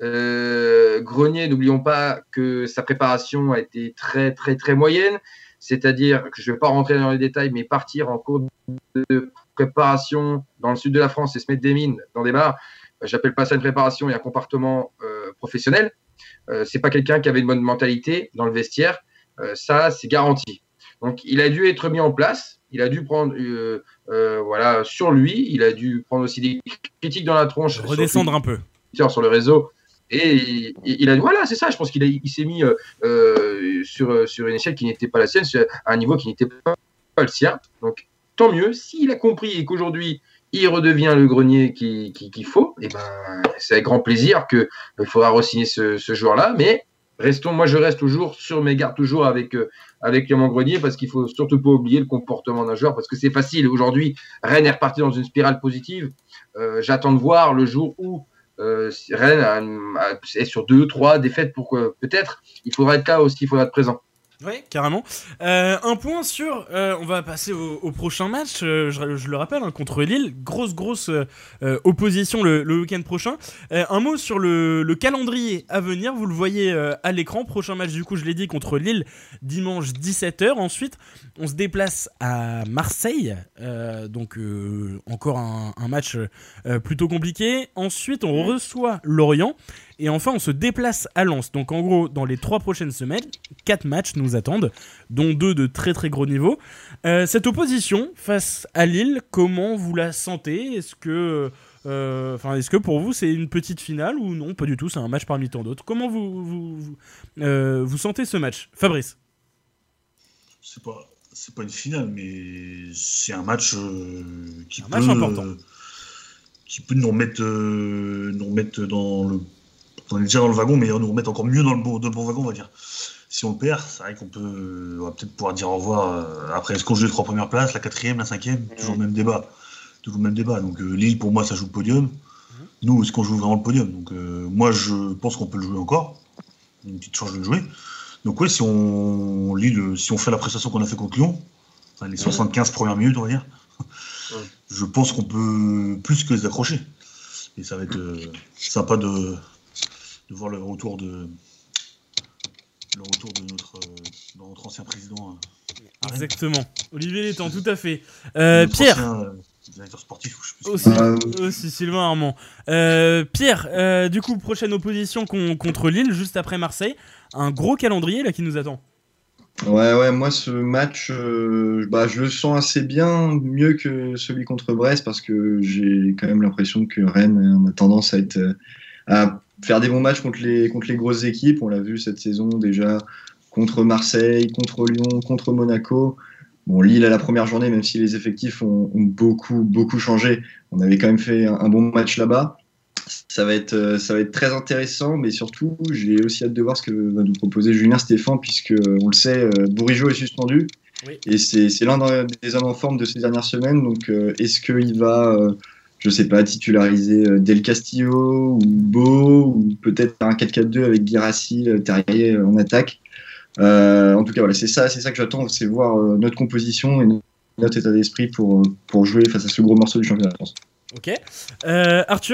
S5: Euh, Grenier, n'oublions pas que sa préparation a été très, très, très moyenne. C'est-à-dire que je ne vais pas rentrer dans les détails, mais partir en cours de préparation dans le sud de la France et se mettre des mines dans des bars, j'appelle pas ça une préparation et un comportement euh, professionnel. Euh, c'est pas quelqu'un qui avait une bonne mentalité dans le vestiaire. Euh, ça, c'est garanti. Donc, il a dû être mis en place. Il a dû prendre, euh, euh, voilà, sur lui. Il a dû prendre aussi des critiques dans la tronche.
S4: Redescendre un peu.
S5: Sur le réseau. Et il, il a, voilà, c'est ça. Je pense qu'il a, il s'est mis euh, sur, sur une échelle qui n'était pas la sienne, à un niveau qui n'était pas, pas le sien. Donc, tant mieux. S'il a compris et qu'aujourd'hui, il redevient le grenier qu'il, qu'il, qu'il faut, et ben, c'est avec grand plaisir qu'il faudra re-signer ce, ce joueur-là, mais restons, moi je reste toujours sur mes gardes, toujours avec, euh, avec Clément Grenier, parce qu'il faut surtout pas oublier le comportement d'un joueur, parce que c'est facile. Aujourd'hui, Rennes est reparti dans une spirale positive. Euh, j'attends de voir le jour où euh, Rennes a, a, est sur deux, trois défaites, pourquoi peut-être. Il faudra être là aussi, il faudra être présent.
S4: Ouais, carrément. Euh, un point sur, euh, on va passer au, au prochain match, euh, je, je le rappelle, hein, contre Lille, grosse grosse euh, opposition le, le week-end prochain. Euh, un mot sur le, le calendrier à venir, vous le voyez euh, à l'écran, prochain match du coup je l'ai dit contre Lille, dimanche dix-sept heures, ensuite on se déplace à Marseille, euh, donc euh, encore un, un match euh, plutôt compliqué, ensuite on reçoit Lorient, et enfin on se déplace à Lens. Donc en gros, dans les trois prochaines semaines, quatre matchs nous attendent, dont deux de très très gros niveau. Euh, cette opposition face à Lille, comment vous la sentez ? Est-ce que, euh, enfin, est-ce que pour vous c'est une petite finale ou non ? Pas du tout, c'est un match parmi tant d'autres. Comment vous, vous, vous, euh, vous sentez ce match ? Fabrice ?
S8: C'est pas, c'est pas une finale, mais c'est un match euh, qui
S4: un
S8: peut,
S4: match important.
S8: Euh, qui peut nous remettre, euh, nous remettre dans le... On est déjà dans le wagon, mais nous remettre encore mieux dans le bon, dans le bon wagon, on va dire. Si on le perd, c'est vrai qu'on peut, on va peut-être pouvoir dire au revoir. Euh, après, est-ce qu'on joue les trois premières places, la quatrième, la cinquième ? mmh. Toujours le même débat. Toujours le même débat. Donc euh, Lille, pour moi, ça joue le podium. Mmh. Nous, est-ce qu'on joue vraiment le podium ? Donc euh, moi, je pense qu'on peut le jouer encore. Une petite chance de le jouer. Donc ouais, si on Lille, si on fait la prestation qu'on a fait contre Lyon, enfin, les soixante-quinze mmh. premières minutes, on va dire, mmh. je pense qu'on peut plus que les accrocher. Et ça va être euh, sympa de de voir le retour de le retour de notre, euh, de notre ancien président. Euh,
S4: Exactement. Olivier Létang, tout à fait. Euh, Pierre.
S8: Ancien, euh, directeur sportif. Je sais
S4: aussi, euh... aussi Sylvain Armand. Euh, Pierre, euh, du coup, prochaine opposition con- contre Lille, juste après Marseille. Un gros calendrier là qui nous attend.
S7: Ouais, ouais, moi ce match, euh, bah, je le sens assez bien, mieux que celui contre Brest, parce que j'ai quand même l'impression que Rennes a tendance à être à faire des bons matchs contre les, contre les grosses équipes. On l'a vu cette saison déjà contre Marseille, contre Lyon, contre Monaco. Bon, Lille à la première journée, même si les effectifs ont, ont beaucoup, beaucoup changé, on avait quand même fait un, un bon match là-bas. Ça va être, ça va être très intéressant, mais surtout, j'ai aussi hâte de voir ce que va nous proposer Julien Stéphan, puisque on le sait, Bourigeaud est suspendu. Oui. Et c'est, c'est l'un des hommes en forme de ces dernières semaines. Donc, est-ce qu'il va... je sais pas, titulariser Del Castillo ou Beau, ou peut-être un quatre quatre deux avec Guirassy, Terrier en attaque. Euh, en tout cas, voilà, c'est ça, c'est ça que j'attends, c'est voir euh, notre composition et notre état d'esprit pour, pour jouer face à ce gros morceau du championnat de France.
S4: Ok. Euh, Arthur ?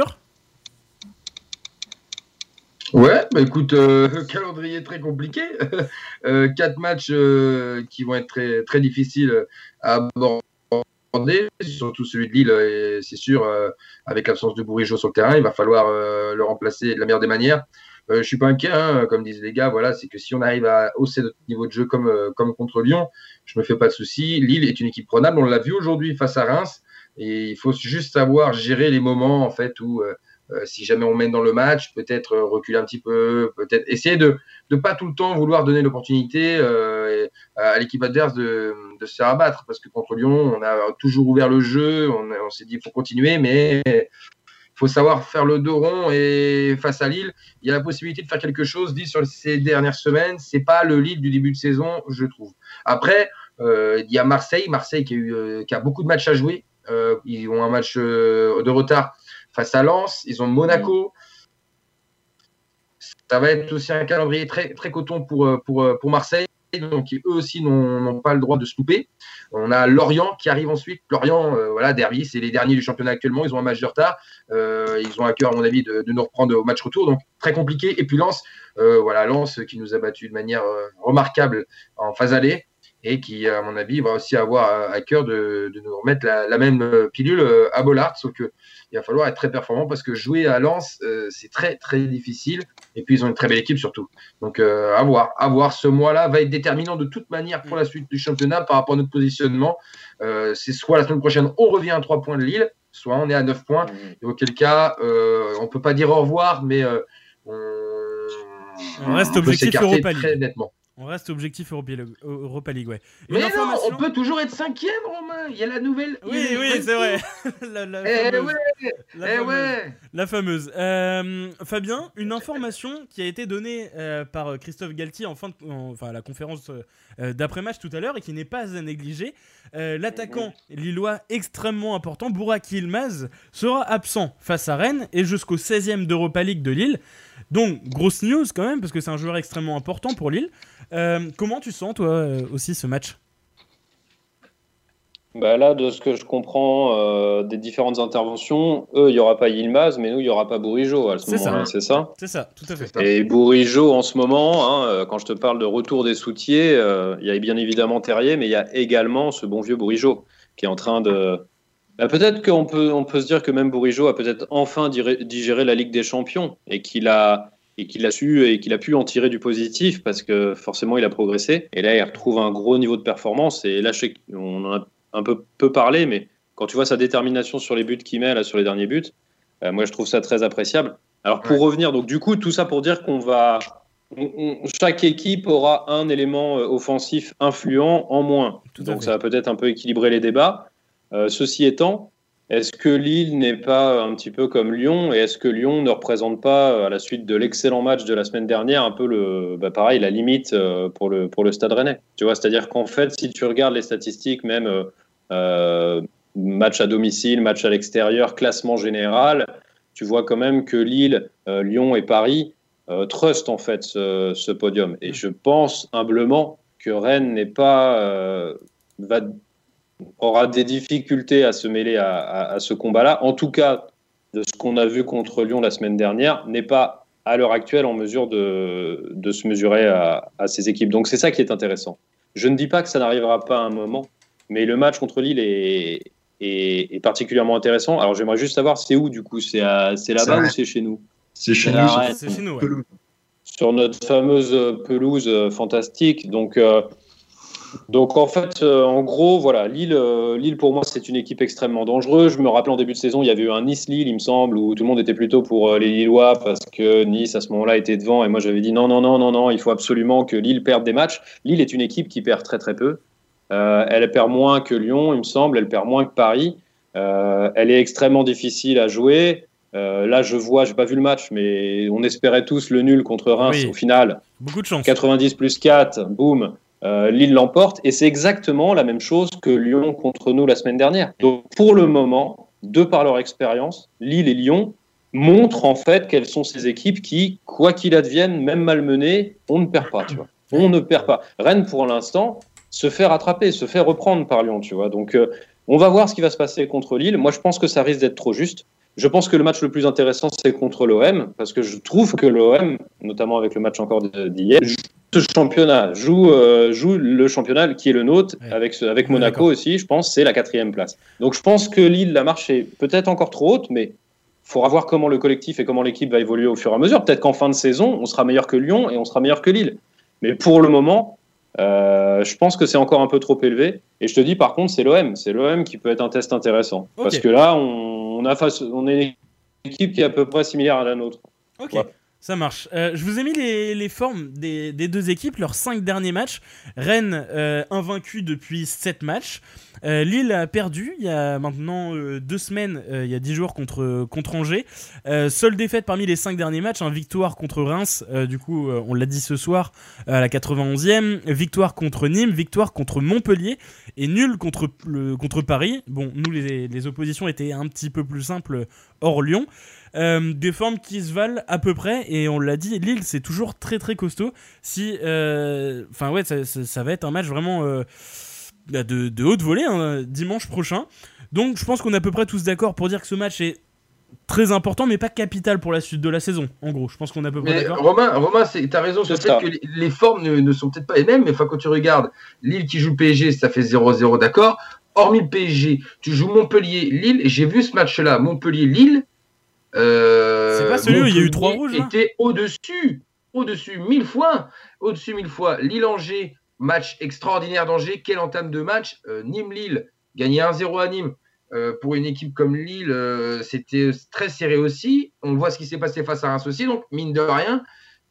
S5: Ouais, bah écoute, euh, calendrier très compliqué. euh, quatre matchs euh, qui vont être très, très difficiles à aborder. Surtout celui de Lille, et c'est sûr, euh, avec l'absence de Bourigeaud sur le terrain, il va falloir euh, le remplacer de la meilleure des manières. Euh, je suis pas inquiet, hein, comme disent les gars, voilà, c'est que si on arrive à hausser notre niveau de jeu comme, euh, comme contre Lyon, je me fais pas de soucis. Lille est une équipe prenable, on l'a vu aujourd'hui face à Reims, et il faut juste savoir gérer les moments en fait où euh, euh, si jamais on mène dans le match, peut-être euh, reculer un petit peu, peut-être essayer de ne pas tout le temps vouloir donner l'opportunité euh, à l'équipe adverse de, de se faire abattre, parce que contre Lyon, on a toujours ouvert le jeu, on, a, on s'est dit il faut continuer, mais il faut savoir faire le dos rond. Et face à Lille, il y a la possibilité de faire quelque chose. Dit sur ces dernières semaines, c'est pas le Lille du début de saison, je trouve. Après, euh, il y a Marseille, Marseille qui a, eu, euh, qui a beaucoup de matchs à jouer. Euh, ils ont un match euh, de retard face à Lens, ils ont Monaco. Ça va être aussi un calendrier très, très coton pour, pour, pour Marseille. Donc eux aussi n'ont, n'ont pas le droit de se louper. On a Lorient qui arrive ensuite. Lorient, euh, voilà, derby, c'est les derniers du championnat actuellement. Ils ont un match de retard. Euh, ils ont à cœur, à mon avis, de, de nous reprendre au match retour. Donc très compliqué. Et puis Lens, euh, voilà, Lens qui nous a battus de manière euh, remarquable en phase aller et qui, à mon avis, va aussi avoir à cœur de, de nous remettre la, la même pilule à Bollaert. Sauf qu'il va falloir être très performant parce que jouer à Lens, euh, c'est très, très difficile. Et puis, ils ont une très belle équipe surtout. Donc, euh, à voir. À voir. Ce mois-là va être déterminant de toute manière pour la suite du championnat par rapport à notre positionnement. Euh, c'est soit la semaine prochaine, on revient à trois points de Lille, soit on est à neuf points. Et auquel cas, euh, on ne peut pas dire au revoir, mais euh, on,
S4: on reste on objectif Europa League.
S5: Très nettement.
S4: On reste objectif Europa League, Europa League ouais.
S5: Une Mais information... non, on peut toujours être cinquième, Romain. Il y a la nouvelle.
S4: Oui, oui, c'est vrai. la, la
S5: eh
S4: fameuse.
S5: Ouais,
S4: la
S5: eh
S4: fameuse.
S5: Ouais.
S4: La fameuse. Euh, Fabien, une information qui a été donnée euh, par Christophe Galtier en fin de, en, enfin, à la conférence euh, d'après-match tout à l'heure et qui n'est pas à négliger. Euh, l'attaquant lillois extrêmement important, Burak Yilmaz, sera absent face à Rennes et jusqu'au seizième d'Europa League de Lille. Donc, grosse news quand même, parce que c'est un joueur extrêmement important pour Lille. Euh, comment tu sens, toi, euh, aussi, ce match ?
S6: Bah là, de ce que je comprends euh, des différentes interventions, eux, il n'y aura pas Yilmaz, mais nous, il n'y aura pas Bourigeaud à ce
S4: c'est
S6: moment-là,
S4: ça.
S6: c'est ça ?
S4: C'est ça, tout à fait.
S6: Et Bourigeaud, en ce moment, hein, quand je te parle de retour des soutiers, euh, il y a bien évidemment Terrier, mais il y a également ce bon vieux Bourigeaud qui est en train de... Bah, peut-être qu'on peut, on peut se dire que même Bourigeaud a peut-être enfin digéré la Ligue des Champions et qu'il a... et qu'il a su et qu'il a pu en tirer du positif parce que forcément il a progressé et là il retrouve un gros niveau de performance et là je sais qu'on en a un peu peu parlé mais quand tu vois sa détermination sur les buts qu'il met là sur les derniers buts euh, moi je trouve ça très appréciable. Alors pour ouais. revenir donc du coup tout ça pour dire qu'on va on, on, chaque équipe aura un élément offensif influent en moins tout donc ça va peut-être un peu équilibrer les débats. Euh, ceci étant, est-ce que Lille n'est pas un petit peu comme Lyon et est-ce que Lyon ne représente pas, à la suite de l'excellent match de la semaine dernière, un peu le, bah pareil, la limite pour le, pour le Stade Rennais ? Tu vois, c'est-à-dire qu'en fait, si tu regardes les statistiques, même euh, match à domicile, match à l'extérieur, classement général, tu vois quand même que Lille, euh, Lyon et Paris euh, trustent en fait ce, ce podium. Et je pense humblement que Rennes n'est pas euh, va aura des difficultés à se mêler à, à, à ce combat-là. En tout cas, de ce qu'on a vu contre Lyon la semaine dernière, n'est pas à l'heure actuelle en mesure de, de se mesurer à, à ces équipes. Donc c'est ça qui est intéressant. Je ne dis pas que ça n'arrivera pas à un moment, mais le match contre Lille est, est, est particulièrement intéressant. Alors j'aimerais juste savoir, c'est où du coup ? C'est, à, c'est là-bas c'est ou c'est chez nous ?
S7: C'est chez nous.
S4: C'est chez nous, ouais.
S6: Sur notre fameuse pelouse fantastique. Donc... Euh, Donc en fait, euh, en gros, voilà, Lille, euh, Lille pour moi c'est une équipe extrêmement dangereuse. Je me rappelle en début de saison, il y avait eu un Nice-Lille, il me semble, où tout le monde était plutôt pour euh, les Lillois parce que Nice à ce moment-là était devant et moi j'avais dit non, non, non, non, non, il faut absolument que Lille perde des matchs. Lille est une équipe qui perd très très peu. Euh, elle perd moins que Lyon, il me semble, elle perd moins que Paris. Euh, elle est extrêmement difficile à jouer. Euh, là, je vois, j'ai pas vu le match, mais on espérait tous le nul contre Reims.
S4: Oui.
S6: Au final,
S4: beaucoup de chance.
S6: quatre-vingt-dix plus quatre, boum. Euh, Lille l'emporte et c'est exactement la même chose que Lyon contre nous la semaine dernière. Donc pour le moment, de par leur expérience, Lille et Lyon montrent en fait quelles sont ces équipes qui, quoi qu'il advienne, même malmenées, on ne perd pas, tu vois. On ne perd pas. Rennes pour l'instant se fait rattraper, se fait reprendre par Lyon, tu vois. Donc euh, on va voir ce qui va se passer contre Lille. Moi je pense que ça risque d'être trop juste. Je pense que le match le plus intéressant c'est contre l'O M parce que je trouve que l'O M, notamment avec le match encore d'hier, ce championnat joue, euh, joue le championnat qui est le nôtre, ouais. avec, ce, avec Monaco ouais, aussi, je pense, c'est la quatrième place. Donc je pense que Lille, la marche est peut-être encore trop haute, mais il faudra voir comment le collectif et comment l'équipe va évoluer au fur et à mesure. Peut-être qu'en fin de saison, on sera meilleur que Lyon et on sera meilleur que Lille. Mais pour le moment, euh, je pense que c'est encore un peu trop élevé. Et je te dis, par contre, c'est l'O M. C'est l'O M qui peut être un test intéressant. Okay. Parce que là, on, on, a face, on est une équipe qui est à peu près similaire à la nôtre.
S4: Ok. Ouais. Ça marche. Euh, je vous ai mis les, les formes des, des deux équipes, leurs cinq derniers matchs. Rennes euh, invaincu depuis sept matchs. Euh, Lille a perdu il y a maintenant euh, deux semaines, euh, il y a dix jours contre, contre Angers. Euh, seule défaite parmi les cinq derniers matchs, hein, victoire contre Reims, euh, du coup euh, on l'a dit ce soir à la quatre-vingt-onzième. Victoire contre Nîmes, victoire contre Montpellier et nul contre, le, contre Paris. Bon, nous les, les oppositions étaient un petit peu plus simples hors Lyon. Euh, des formes qui se valent à peu près et on l'a dit, Lille c'est toujours très très costaud. Si, enfin euh, ouais, ça, ça, ça va être un match vraiment euh, de, de haute volée hein, dimanche prochain. Donc je pense qu'on est à peu près tous d'accord pour dire que ce match est très important mais pas capital pour la suite de la saison. En gros, je pense qu'on est à peu près
S5: mais
S4: d'accord.
S5: Romain, Romain, c'est, t'as raison sur le fait que les, les formes ne, ne sont peut-être pas les mêmes, mais enfin quand tu regardes Lille qui joue le P S G, ça fait zéro zéro, d'accord. Hormis le P S G, tu joues Montpellier-Lille et j'ai vu ce match-là, Montpellier-Lille.
S4: Euh, c'est pas celui où il y a eu trois rouges.
S5: Était au-dessus, au-dessus, mille fois, au-dessus mille fois. Lille-Angers, match extraordinaire d'Angers. Quelle entame de match. Euh, Nîmes-Lille, gagné un zéro à Nîmes. Euh, pour une équipe comme Lille, euh, c'était très serré aussi. On voit ce qui s'est passé face à Reims aussi. Donc, mine de rien,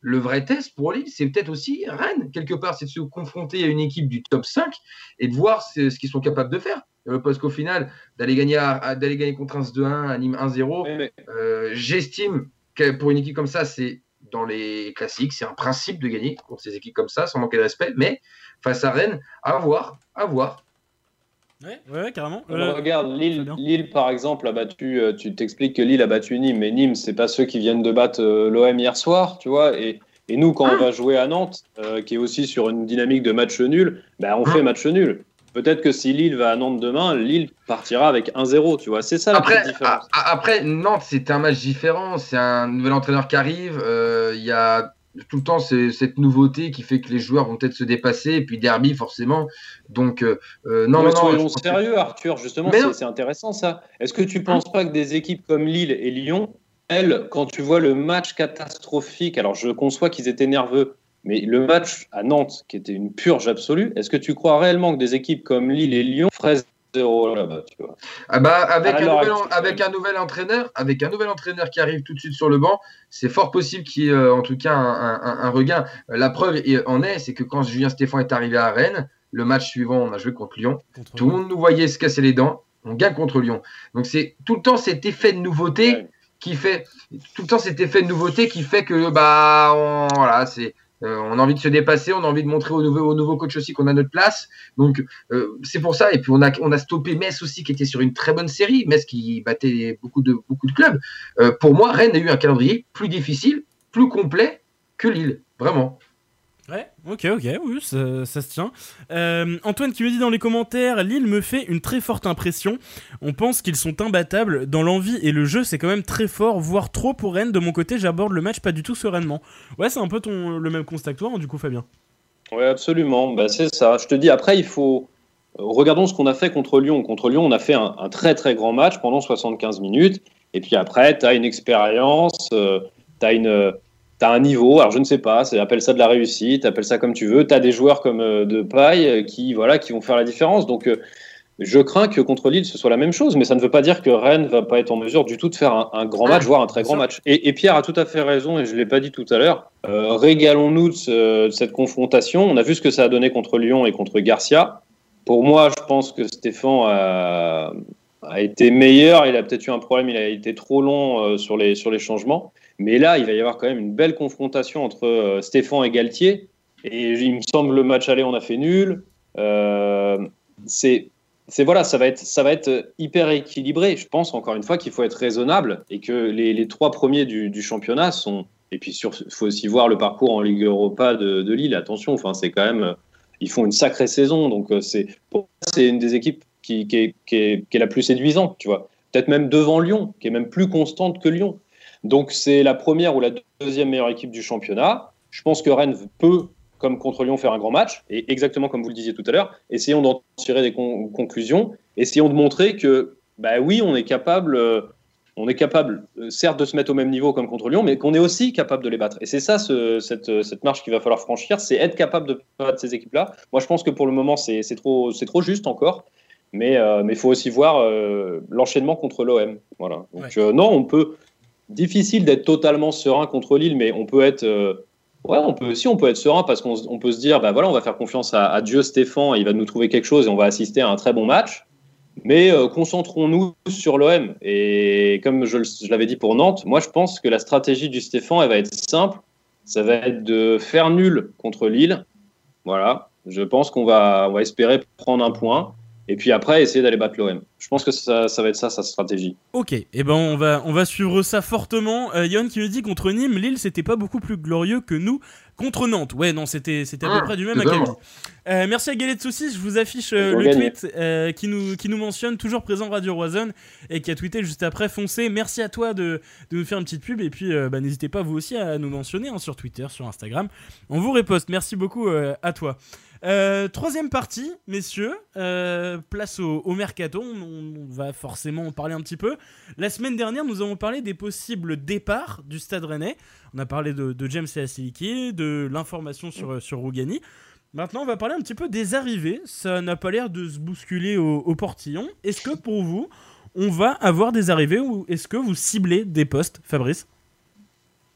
S5: le vrai test pour Lille, c'est peut-être aussi Rennes, quelque part, c'est de se confronter à une équipe du top cinq et de voir ce, ce qu'ils sont capables de faire. Euh, parce qu'au final, d'aller gagner, à, à, d'aller gagner contre Reims deux un, à Nîmes un zéro, oui, mais... euh, j'estime que pour une équipe comme ça, c'est dans les classiques, c'est un principe de gagner contre ces équipes comme ça, sans manquer de respect, mais face à Rennes, à voir, à voir.
S4: Ouais, ouais, carrément.
S6: Euh, regarde, Lille, Lille, par exemple, a battu, euh, tu t'expliques que Lille a battu Nîmes, mais Nîmes, c'est pas ceux qui viennent de battre euh, l'O M hier soir, tu vois, et, et nous, quand ah. on va jouer à Nantes, euh, qui est aussi sur une dynamique de match nul, bah, on ah. fait match nul. Peut-être que si Lille va à Nantes demain, Lille partira avec un zéro, tu vois. C'est ça la
S5: après,
S6: petite différence.
S5: A, après, Nantes, c'est un match différent. C'est un nouvel entraîneur qui arrive. Il euh, y a tout le temps c'est, cette nouveauté qui fait que les joueurs vont peut-être se dépasser. Et puis derby, forcément. Donc, euh, non,
S6: non,
S5: non.
S6: Soyons sérieux, que... Arthur. Justement, c'est, c'est intéressant, ça. Est-ce que tu ne penses pas que des équipes comme Lille et Lyon, elles, quand tu vois le match catastrophique, alors je conçois qu'ils étaient nerveux, mais le match à Nantes, qui était une purge absolue, est-ce que tu crois réellement que des équipes comme Lille et Lyon feraient zéro là-bas, tu vois ?
S5: Ah bah, avec, un nouvel, avec un nouvel entraîneur, avec un nouvel entraîneur qui arrive tout de suite sur le banc, c'est fort possible qu'il y ait euh, en tout cas un, un, un regain. La preuve en est, c'est que quand Julien Stéphan est arrivé à Rennes, le match suivant, on a joué contre Lyon. Contre tout le monde nous voyait se casser les dents. On gagne contre Lyon. Donc c'est tout le temps cet effet de nouveauté ouais. qui fait, tout le temps cet effet de nouveauté qui fait que bah on, voilà c'est Euh, on a envie de se dépasser, on a envie de montrer au nouveau, au nouveau coach aussi qu'on a notre place. Donc, euh, c'est pour ça. Et puis, on a, on a stoppé Metz aussi, qui était sur une très bonne série. Metz qui battait beaucoup de, beaucoup de clubs. Euh, pour moi, Rennes a eu un calendrier plus difficile, plus complet que Lille. Vraiment.
S4: Ouais, ok, ok, oui, ça, ça se tient. Euh, Antoine qui me dit dans les commentaires, Lille me fait une très forte impression. On pense qu'ils sont imbattables. Dans l'envie et le jeu, c'est quand même très fort, voire trop pour Rennes. De mon côté, j'aborde le match pas du tout sereinement. Ouais, c'est un peu ton, le même constat que toi, hein, du coup, Fabien.
S6: Ouais, absolument. Bah, c'est ça. Je te dis, après, il faut... Regardons ce qu'on a fait contre Lyon. Contre Lyon, on a fait un, un très, très grand match pendant soixante-quinze minutes. Et puis après, tu as une expérience, euh, tu as une... T'as un niveau, alors je ne sais pas, c'est, appelle ça de la réussite, appelle ça comme tu veux. T'as des joueurs comme euh, Depay qui, voilà, qui vont faire la différence. Donc, euh, je crains que contre Lille, ce soit la même chose, mais ça ne veut pas dire que Rennes va pas être en mesure du tout de faire un, un grand match, voire un très grand match. Et, et Pierre a tout à fait raison, et je l'ai pas dit tout à l'heure. Euh, régalons-nous de, ce, de cette confrontation. On a vu ce que ça a donné contre Lyon et contre Garcia. Pour moi, je pense que Stéphan a, a été meilleur. Il a peut-être eu un problème, il a été trop long euh, sur les, sur les changements. Mais là, il va y avoir quand même une belle confrontation entre euh, Stéphan et Galtier. Et il me semble le match aller, on a fait nul. Euh, c'est, c'est voilà, ça va être, ça va être hyper équilibré. Je pense encore une fois qu'il faut être raisonnable et que les, les trois premiers du, du championnat sont. Et puis il faut aussi voir le parcours en Ligue Europa de, de Lille. Attention, enfin c'est quand même, ils font une sacrée saison. Donc c'est, pour moi, c'est une des équipes qui, qui, est, qui, est, qui est la plus séduisante, tu vois. Peut-être même devant Lyon, qui est même plus constante que Lyon. Donc, c'est la première ou la deuxième meilleure équipe du championnat. Je pense que Rennes peut, comme contre Lyon, faire un grand match. Et exactement comme vous le disiez tout à l'heure, essayons d'en tirer des con- conclusions. Essayons de montrer que, bah oui, on est capable, euh, on est capable, euh, certes, de se mettre au même niveau comme contre Lyon, mais qu'on est aussi capable de les battre. Et c'est ça, ce, cette, cette marche qu'il va falloir franchir, c'est être capable de battre ces équipes-là. Moi, je pense que pour le moment, c'est, c'est, trop, c'est trop juste encore. Mais il euh, faut aussi voir euh, l'enchaînement contre l'O M. Voilà. Donc, ouais. euh, non, on peut... Difficile d'être totalement serein contre Lille, mais on peut être, euh, ouais, on peut aussi, on peut être serein parce qu'on on peut se dire, bah voilà, on va faire confiance à, à Dieu Stéphan, il va nous trouver quelque chose et on va assister à un très bon match. Mais euh, concentrons-nous sur l'O M. Et comme je, je l'avais dit pour Nantes, moi je pense que la stratégie du Stéphan, elle va être simple, ça va être de faire nul contre Lille. Voilà, je pense qu'on va, on va espérer prendre un point. Et puis après, essayer d'aller battre l'O M. Je pense que ça, ça va être ça, sa stratégie.
S4: Ok, et eh ben on va, on va suivre ça fortement. Euh, Yon qui me dit contre Nîmes, Lille, c'était pas beaucoup plus glorieux que nous contre Nantes. Ouais, non, c'était, c'était à peu ah, près du même acabit. Euh, merci à Galette Saucisse, je vous affiche euh, le gagner. tweet euh, qui, nous, qui nous mentionne, toujours présent Radio Roison, et qui a tweeté juste après, foncez. Merci à toi de, de nous faire une petite pub, et puis euh, bah, n'hésitez pas vous aussi à nous mentionner hein, sur Twitter, sur Instagram. On vous reposte, merci beaucoup euh, à toi. Euh, troisième partie, messieurs, euh, place au, au Mercato, on, on va forcément en parler un petit peu. La semaine dernière, nous avons parlé des possibles départs du Stade Rennais. On a parlé de, de James Asiliki, de l'information sur, sur Rougani. Maintenant, on va parler un petit peu des arrivées. Ça n'a pas l'air de se bousculer au, au portillon. Est-ce que pour vous, on va avoir des arrivées ou est-ce que vous ciblez des postes, Fabrice ?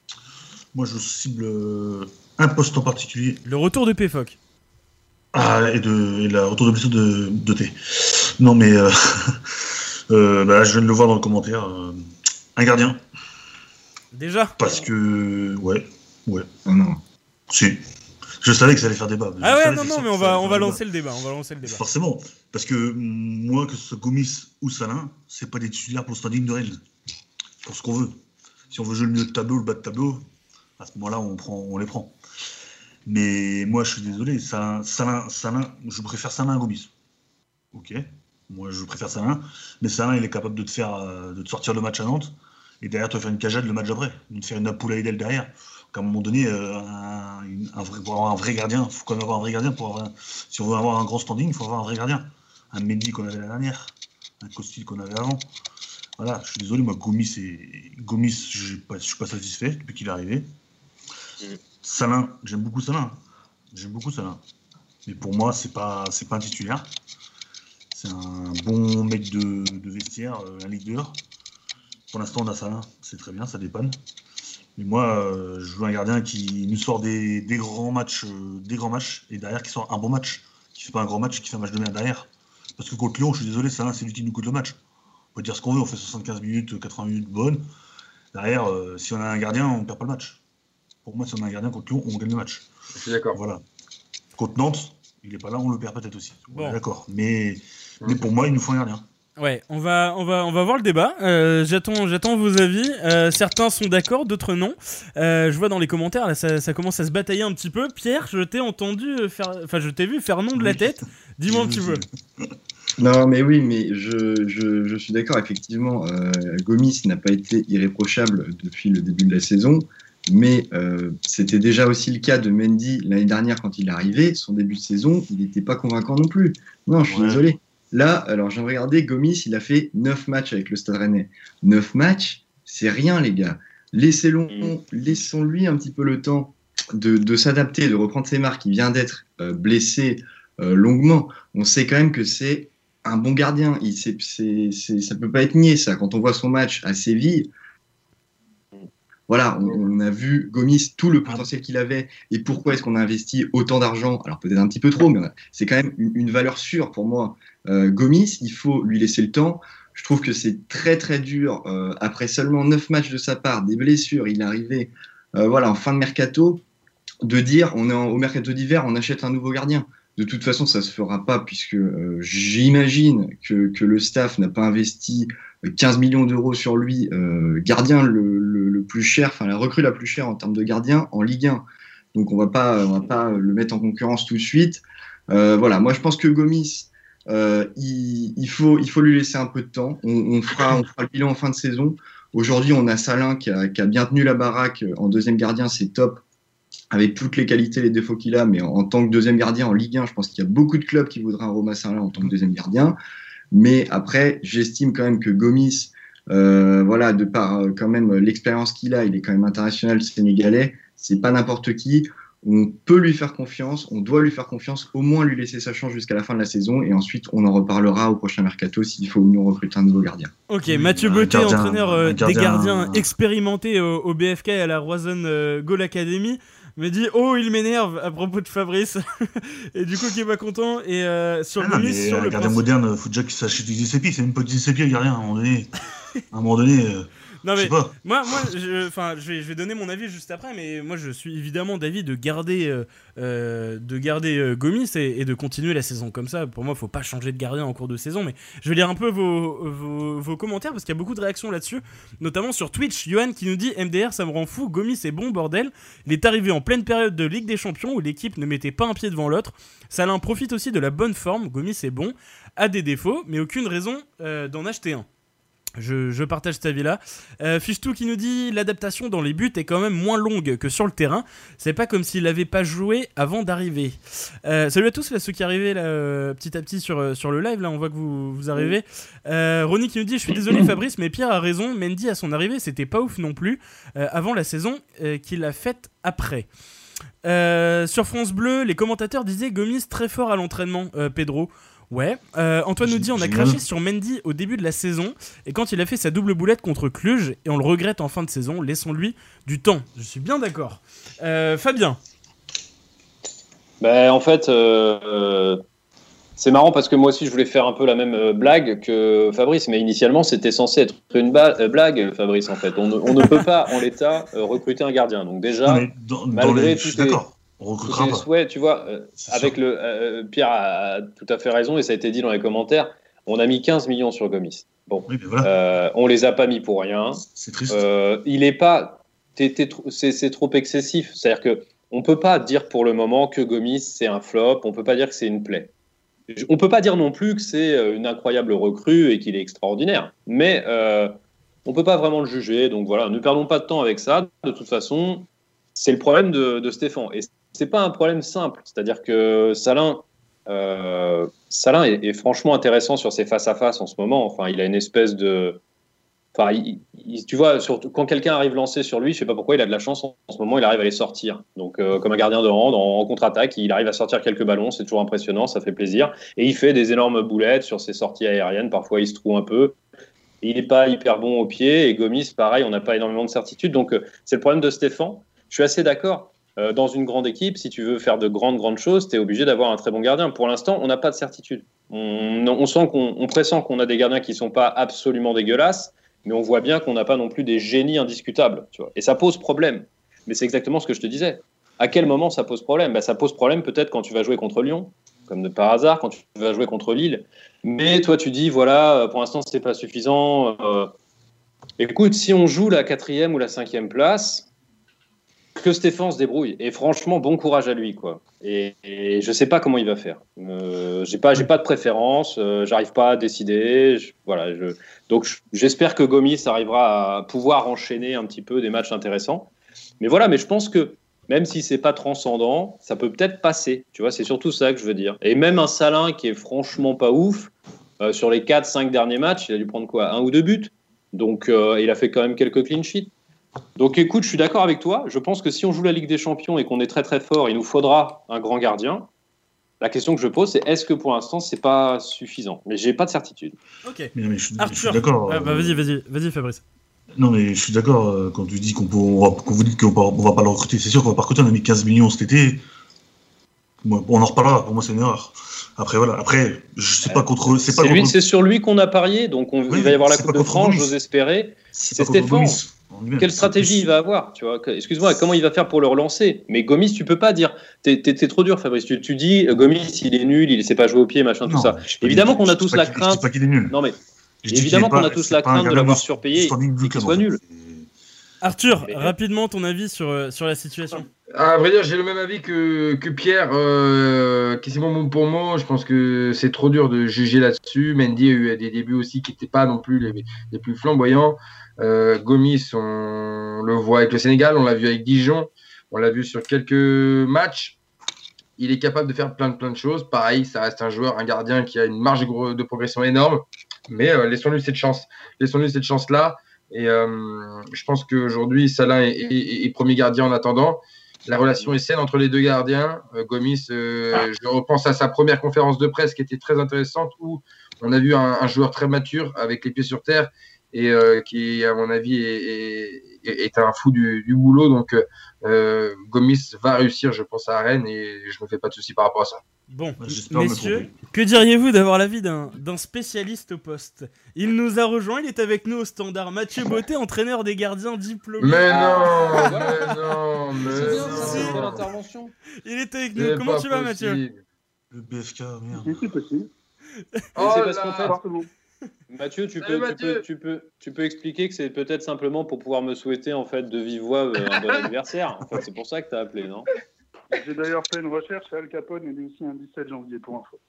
S8: moi je cible euh, un poste en particulier.
S4: Le retour de P F O C.
S8: Ah, et, de, et le retour de blessure de, de T. Non, mais euh, euh, bah, je viens de le voir dans le commentaire. Euh, un gardien.
S4: Déjà.
S8: Parce que. Ouais, ouais.
S7: Oh non.
S8: Si. Je savais que ça allait faire débat.
S4: Ah ouais,
S8: savais,
S4: non, non, mais on va, on va lancer le débat. On va lancer le débat.
S8: Forcément. Parce que moi, que ce soit Gomis ou Salin, c'est pas des titulaires pour le standing de Rennes. Pour ce qu'on veut. Si on veut jouer le milieu de tableau, le bas de tableau, à ce moment-là, on, prend, on les prend. Mais moi, je suis désolé, Salin, Salin, Salin, je préfère Salin à Gomis. Ok, moi je préfère Salin, mais Salin, il est capable de te faire, euh, de te sortir le match à Nantes, et derrière, te faire une cagade le match après, de te faire une Apoula Edel derrière. Qu'à un moment donné, euh, un, un vrai, pour avoir un vrai gardien, il faut quand même avoir un vrai gardien. Pour avoir un, si on veut avoir un grand standing, il faut avoir un vrai gardien. Un Mendy qu'on avait la dernière, un Costil qu'on avait avant. Voilà, je suis désolé, moi, Gomis, et... Gomis je ne suis pas satisfait depuis qu'il est arrivé. Mmh. Salin, j'aime beaucoup Salin. J'aime beaucoup Salin. Mais pour moi, c'est pas, c'est pas un titulaire. C'est un bon mec de, de vestiaire, un leader. Pour l'instant, on a Salin, c'est très bien, ça dépanne. Mais moi, euh, je veux un gardien qui nous sort des, des grands matchs, euh, des grands matchs, et derrière qui sort un bon match, qui fait pas un grand match, qui fait un match de merde derrière. Parce que contre Lyon, je suis désolé, Salin, c'est lui qui nous coûte le match. On peut dire ce qu'on veut, on fait soixante-quinze minutes, quatre-vingts minutes bonnes. Derrière, euh, si on a un gardien, on perd pas le match. Pour moi, si on a un gardien contre Lyon, on gagne le match.
S5: Je suis d'accord.
S8: Voilà. Contre Nantes, il est pas là, on le perd peut-être aussi.
S4: Bon.
S8: D'accord. Mais, mais pour moi, il nous faut un gardien.
S4: Ouais, on va, on va, on va voir le débat. Euh, j'attends, j'attends vos avis. Euh, certains sont d'accord, d'autres non. Euh, je vois dans les commentaires, là, ça, ça commence à se batailler un petit peu. Pierre, je t'ai entendu faire, enfin, je t'ai vu faire non de la tête. Dis-moi un petit peu.
S7: Non, mais oui, mais je, je, je suis d'accord, effectivement. Euh, Gomis n'a pas été irréprochable depuis le début de la saison. Mais euh, c'était déjà aussi le cas de Mendy l'année dernière quand il est arrivé. Son début de saison, il n'était pas convaincant non plus. Non, je suis
S8: ouais.
S7: désolé. Là, alors j'ai regardé, Gomis, il a fait neuf matchs avec le Stade Rennais. neuf matchs, c'est rien, les gars. Laissez-le, laissons-lui un petit peu le temps de, de s'adapter, de reprendre ses marques. Il vient d'être euh, blessé euh, longuement. On sait quand même que c'est un bon gardien. Il, c'est, c'est, c'est, ça ne peut pas être nié, ça. Quand on voit son match à Séville, voilà, on, on a vu Gomis, tout le potentiel qu'il avait et pourquoi est-ce qu'on a investi autant d'argent. Alors peut-être un petit peu trop, mais c'est quand même une, une valeur sûre pour moi. Euh, Gomis, il faut lui laisser le temps. Je trouve que c'est très très dur. Euh, après seulement neuf matchs de sa part, des blessures, il est arrivé euh, voilà, en fin de mercato, de dire on est en, au mercato d'hiver, on achète un nouveau gardien. De toute façon, ça ne se fera pas puisque euh, j'imagine que, que le staff n'a pas investi quinze millions d'euros sur lui, euh, gardien le, le, le plus cher, enfin la recrue la plus chère en termes de gardien en Ligue un. Donc on va pas, on va pas le mettre en concurrence tout de suite. Euh, voilà, moi je pense que Gomis, euh, il, il, faut, il faut lui laisser un peu de temps. On, on, fera, on fera le bilan en fin de saison. Aujourd'hui, on a Salin qui a, qui a bien tenu la baraque en deuxième gardien, c'est top. Avec toutes les qualités, les défauts qu'il a, mais en, en tant que deuxième gardien en Ligue un, je pense qu'il y a beaucoup de clubs qui voudraient un Romain Salin en tant que deuxième gardien. Mais après, j'estime quand même que Gomis, euh, voilà, de par euh, quand même l'expérience qu'il a, il est quand même international sénégalais, c'est pas n'importe qui. On peut lui faire confiance, on doit lui faire confiance, au moins lui laisser sa chance jusqu'à la fin de la saison, et ensuite on en reparlera au prochain mercato s'il faut ou non recruter un nouveau gardien.
S4: Ok, Mathieu Botté, entraîneur euh, gardien, des gardiens expérimentés au, au B F K et à la Roison euh, Goal Academy, me dit oh il m'énerve à propos de Fabrice et du coup qui est pas content et euh, sur
S8: ah
S4: Gomis,
S8: non,
S4: sur
S8: le
S4: le
S8: gardien
S4: principe...
S8: moderne, faut déjà qu'il sache utiliser ses pieds, c'est même pas utiliser ses pieds le gardien à un moment donné. À un moment donné. Euh...
S4: Non mais moi, moi, je, enfin, je vais, je vais donner mon avis juste après, mais moi je suis évidemment d'avis de garder, euh, euh, de garder euh, Gomis et, et de continuer la saison comme ça. Pour moi, faut pas changer de gardien en cours de saison, mais je vais lire un peu vos, vos, vos commentaires parce qu'il y a beaucoup de réactions là-dessus, notamment sur Twitch. Johan qui nous dit M D R, ça me rend fou. Gomis est bon bordel. Il est arrivé en pleine période de Ligue des Champions où l'équipe ne mettait pas un pied devant l'autre. Salin profite aussi de la bonne forme. Gomis est bon, a des défauts, mais aucune raison euh, d'en acheter un. Je, je partage cet avis-là. Euh, Fichtou qui nous dit l'adaptation dans les buts est quand même moins longue que sur le terrain. C'est pas comme s'il n'avait pas joué avant d'arriver. Euh, salut à tous, là, ceux qui arrivaient là, euh, petit à petit sur, sur le live. Là, on voit que vous, vous arrivez. Euh, Ronnie qui nous dit je suis désolé Fabrice, mais Pierre a raison. Mendy à son arrivée, c'était pas ouf non plus euh, avant la saison euh, qu'il a faite après. Euh, sur France Bleu, les commentateurs disaient Gomis très fort à l'entraînement. Euh, Pedro. Ouais, euh, Antoine nous dit on a
S8: Génial.
S4: craché sur Mendy au début de la saison et quand il a fait sa double boulette contre Cluj et on le regrette en fin de saison, laissons-lui du temps. Je suis bien d'accord. Euh, Fabien.
S6: Ben, en fait, euh, euh, c'est marrant parce que moi aussi je voulais faire un peu la même euh, blague que Fabrice, mais initialement c'était censé être une ba- euh, blague, Fabrice, en fait. On ne, on ne peut pas en l'état euh, recruter un gardien. Donc déjà,
S8: Non, mais dans, dans
S6: malgré
S8: les...
S6: tous
S8: Je suis
S6: les-
S8: d'accord. On
S6: tous
S8: recrutera
S6: ces
S8: pas.
S6: souhaits, tu vois, euh,
S8: C'est
S6: avec
S8: sûr.
S6: le euh, Pierre a, a tout à fait raison et ça a été dit dans les commentaires. On a mis quinze millions sur Gomis. Bon,
S8: Oui, mais voilà.
S6: euh, on les a pas mis pour rien.
S8: C'est triste.
S6: Euh, il est pas, t'es- t'es trop- c'est, c'est trop excessif. C'est-à-dire que on peut pas dire pour le moment que Gomis c'est un flop. On peut pas dire que c'est une plaie. Je- On peut pas dire non plus que c'est euh, une incroyable recrue et qu'il est extraordinaire. Mais euh, on peut pas vraiment le juger. Donc voilà, ne perdons pas de temps avec ça. De toute façon, c'est le problème de, de Stéphane. Et c'est pas un problème simple. C'est-à-dire que Salin, euh, Salin est, est franchement intéressant sur ses face-à-face en ce moment. Enfin, il a une espèce de... Enfin, il- il- tu vois, surtout quand quelqu'un arrive lancé sur lui, je sais pas pourquoi, il a de la chance. En, en ce moment, il arrive à les sortir. Donc, euh, comme un gardien de hand, en, en contre-attaque, il arrive à sortir quelques ballons. C'est toujours impressionnant, ça fait plaisir. Et il fait des énormes boulettes sur ses sorties aériennes. Parfois, il se trouve un peu. Il n'est pas hyper bon au pied. Et Gomis, pareil, on n'a pas énormément de certitude. Donc, euh, c'est le problème de Stéphane. Je suis assez d'accord. Euh, dans une grande équipe, si tu veux faire de grandes, grandes choses, tu es obligé d'avoir un très bon gardien. Pour l'instant, on n'a pas de certitude. On, on sent qu'on on pressent qu'on a des gardiens qui ne sont pas absolument dégueulasses, mais on voit bien qu'on n'a pas non plus des génies indiscutables. Tu vois. Et ça pose problème. Mais c'est exactement ce que je te disais. À quel moment ça pose problème ? Ben, ça pose problème peut-être quand tu vas jouer contre Lyon, comme de par hasard, quand tu vas jouer contre Lille. Mais toi, tu dis, voilà, pour l'instant, ce n'est pas suffisant. Euh, écoute, si on joue la quatrième ou la cinquième place, que Stéphane se débrouille. Et franchement, bon courage à lui, quoi. Et, et je sais pas comment il va faire. Euh, j'ai pas, j'ai pas de préférence. Euh, j'arrive pas à décider. Je, voilà. Je, donc, je, j'espère que Gomis arrivera à pouvoir enchaîner un petit peu des matchs intéressants. Mais voilà. Mais je pense que même si c'est pas transcendant, ça peut peut-être passer. Tu vois, c'est surtout ça que je veux dire. Et même un Salin qui est franchement pas ouf euh, sur les quatre cinq derniers matchs, il a dû prendre quoi, un ou deux buts. Donc, euh, il a fait quand même quelques clean sheets. Donc écoute, je suis d'accord avec toi. Je pense que si on joue la Ligue des Champions et qu'on est très très fort, il nous faudra un grand gardien. La question que je pose, c'est est-ce que pour l'instant, c'est pas suffisant ? Mais j'ai pas de certitude.
S4: Ok.
S8: Mais, mais je, suis- je suis
S4: Arthur.
S8: d'accord.
S4: Ah, bah,
S8: euh,
S4: vas-y, vas-y, vas-y, Fabrice.
S8: Non, mais je suis d'accord euh, quand tu dis qu'on peut, on va, quand vous dites qu'on va, on va pas le recruter. C'est sûr qu'on va pas recruter. On a mis quinze millions cet été. Moi, on en reparlera. Pour moi, c'est une erreur. Après, voilà. Après, je sais pas contre eux. C'est pas
S6: C'est, lui,
S8: contre-
S6: c'est sur lui qu'on a parié, donc on,
S8: Oui,
S6: il va y avoir la
S8: c'est
S6: Coupe
S8: pas
S6: de
S8: contre
S6: France,
S8: Gomis.
S6: j'ose espérer.
S8: c'est
S6: c'est
S8: pas contre
S6: Stéphane.
S8: Gomis en lui-même.
S6: Quelle
S8: C'est
S6: stratégie
S8: plus-
S6: il va avoir, tu vois ? Excuse-moi, comment il va faire pour le relancer ? Mais Gomis, tu peux pas dire. T'es, t'es, t'es trop dur, Fabrice. Tu, tu dis euh, Gomis, il est nul, il sait pas jouer au pied, machin, tout
S8: Non,
S6: ça.
S8: je dis pas
S6: Évidemment
S8: qu'il-
S6: qu'on a
S8: je dis
S6: tous
S8: pas
S6: la
S8: qu'il- Je dis
S6: crainte.
S8: pas qu'il est nul.
S6: Non mais
S8: Je dis
S6: évidemment
S8: qu'il est
S6: qu'on a
S8: pas-
S6: tous
S8: c'est
S6: la
S8: pas un
S6: crainte de
S8: gardien
S6: l'avoir
S8: de-
S6: surpayé
S8: de standing
S6: et
S8: du
S6: qu'il
S8: club,
S6: soit
S8: en fait.
S6: nul.
S4: Arthur,
S6: Mais-
S4: rapidement ton avis sur, euh, sur la situation.
S5: À vrai dire, j'ai le même avis que, que Pierre, euh, quasiment mot pour mot. Je pense que c'est trop dur de juger là-dessus. Mendy a eu des débuts aussi qui n'étaient pas non plus les, les plus flamboyants. Euh, Gomis, on le voit avec le Sénégal, on l'a vu avec Dijon, on l'a vu sur quelques matchs. Il est capable de faire plein de, plein de choses. Pareil, ça reste un joueur, un gardien qui a une marge de, gros- de progression énorme. Mais euh, laissons-lui cette chance. Laissons-lui cette chance-là. Et euh, je pense qu'aujourd'hui, Salin est, est- est premier gardien en attendant. La relation est saine entre les deux gardiens. Euh, Gomis, euh, je repense à sa première conférence de presse qui était très intéressante où on a vu un, un joueur très mature avec les pieds sur terre et euh, qui, à mon avis, est, est, est un fou du, du boulot. Donc, euh, Gomis va réussir, je pense, à Rennes et je ne me fais pas de soucis par rapport à ça.
S4: Bon,
S8: Ouais, j'espère me
S4: messieurs,
S8: tromper.
S4: que diriez-vous d'avoir l'avis d'un, d'un spécialiste au poste ? Il nous a rejoint, il est avec nous au standard. Mathieu Bottet, entraîneur des gardiens diplômé.
S5: Mais non,
S6: Ah,
S5: mais non, mais
S6: C'est bien, ça, c'est
S5: non.
S6: quelle intervention ?
S4: Il est avec
S5: C'est
S4: nous. Comment
S5: pas
S4: tu vas, Mathieu ?
S5: possible.
S8: Le B F K, merde.
S9: Si, c'est possible.
S5: Oh
S6: c'est parce
S5: là
S6: qu'en fait,
S9: Forcément.
S6: Mathieu, tu
S5: Salut,
S6: peux, tu,
S5: Mathieu.
S6: peux, tu, peux, tu peux expliquer que c'est peut-être simplement pour pouvoir me souhaiter en fait de vive voix euh, un bon anniversaire. En fait, c'est pour ça que tu as appelé, non ?
S9: J'ai d'ailleurs fait une recherche et Al Capone est né aussi un dix-sept janvier pour info.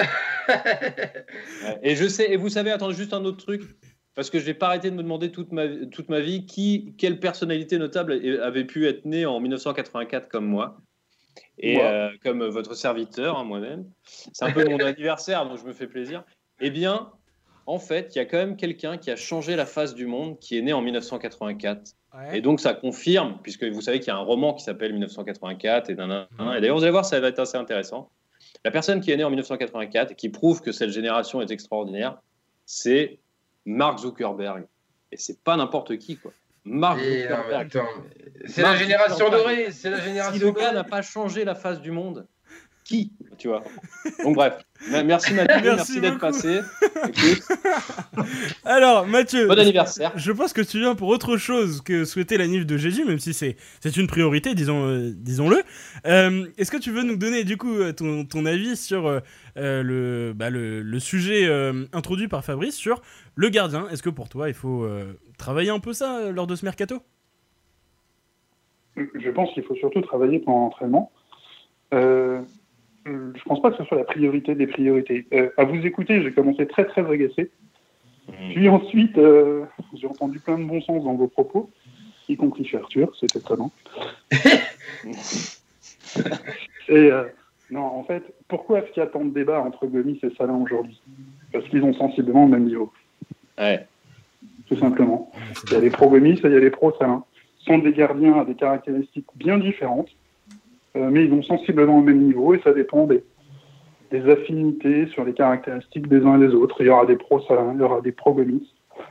S6: Ouais. Et je sais, et vous savez, attendez juste un autre truc, parce que je n'ai pas arrêté de me demander toute ma, toute ma vie qui, quelle personnalité notable avait pu être née en dix-neuf cent quatre-vingt-quatre comme moi, et
S9: Moi.
S6: euh, comme votre serviteur, hein, moi-même. C'est un peu mon anniversaire, donc je me fais plaisir. Eh bien, en fait, il y a quand même quelqu'un qui a changé la face du monde, qui est né en dix-neuf cent quatre-vingt-quatre.
S4: Ouais.
S6: Et donc, ça confirme, puisque vous savez qu'il y a un roman qui s'appelle dix-neuf cent quatre-vingt-quatre, et, nanana, et d'ailleurs, vous allez voir, ça va être assez intéressant. La personne qui est née en dix-neuf cent quatre-vingt-quatre et qui prouve que cette génération est extraordinaire, c'est Mark Zuckerberg. Et c'est pas n'importe qui, quoi. Mark
S5: Et, non, mais
S6: Zuckerberg.
S5: attends, c'est
S6: Mark
S5: la génération
S6: Zuckerberg.
S5: dorée, c'est la génération
S6: Si le gars
S5: dorée.
S6: n'a pas changé la face du monde, qui, tu vois. Donc bref, merci Mathieu,
S4: Merci
S6: merci, d'être
S4: beaucoup.
S6: passé. Écoute,
S4: Alors, Mathieu,
S6: bon anniversaire.
S4: je pense que tu viens pour autre chose que souhaiter la nif de Jésus, même si c'est, c'est une priorité, disons, euh, disons-le. Euh, est-ce que tu veux nous donner, du coup, euh, ton, ton avis sur euh, euh, le, bah, le, le sujet euh, introduit par Fabrice sur le gardien? Est-ce que pour toi, il faut euh, travailler un peu ça euh, lors de ce mercato?
S9: Je pense qu'il faut surtout travailler pendant l'entraînement. Euh, je pense pas que ce soit la priorité des priorités. Euh, à vous écouter, j'ai commencé très très agacé. Puis ensuite, euh, j'ai entendu plein de bon sens dans vos propos, y compris chez Arthur, c'est étonnant. Et euh, non, en fait, pourquoi est-ce qu'il y a tant de débats entre Gomis et Salin aujourd'hui? Parce qu'ils ont sensiblement le même niveau.
S6: Ouais.
S9: Tout simplement. Il y a les pro-Gomis et il y a les pro-Salin. Ce sont des gardiens à des caractéristiques bien différentes, euh, mais ils ont sensiblement le même niveau et ça dépend des, des affinités sur les caractéristiques des uns et des autres. Il y aura des pro-Salin, il y aura des pro-Gomis.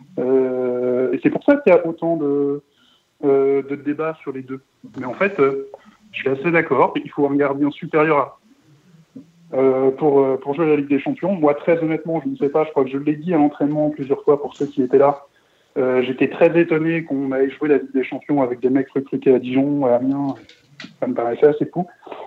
S9: Euh, et c'est pour ça qu'il y a autant de, euh, de débats sur les deux. Mais en fait, euh, je suis assez d'accord, il faut un gardien supérieur à. Euh, pour, pour jouer à la Ligue des Champions. Moi, très honnêtement, je ne sais pas, je crois que je l'ai dit à l'entraînement plusieurs fois pour ceux qui étaient là. Euh, j'étais très étonné qu'on aille jouer la Ligue des Champions avec des mecs recrutés à Dijon, à Amiens. Ça me paraissait assez fou.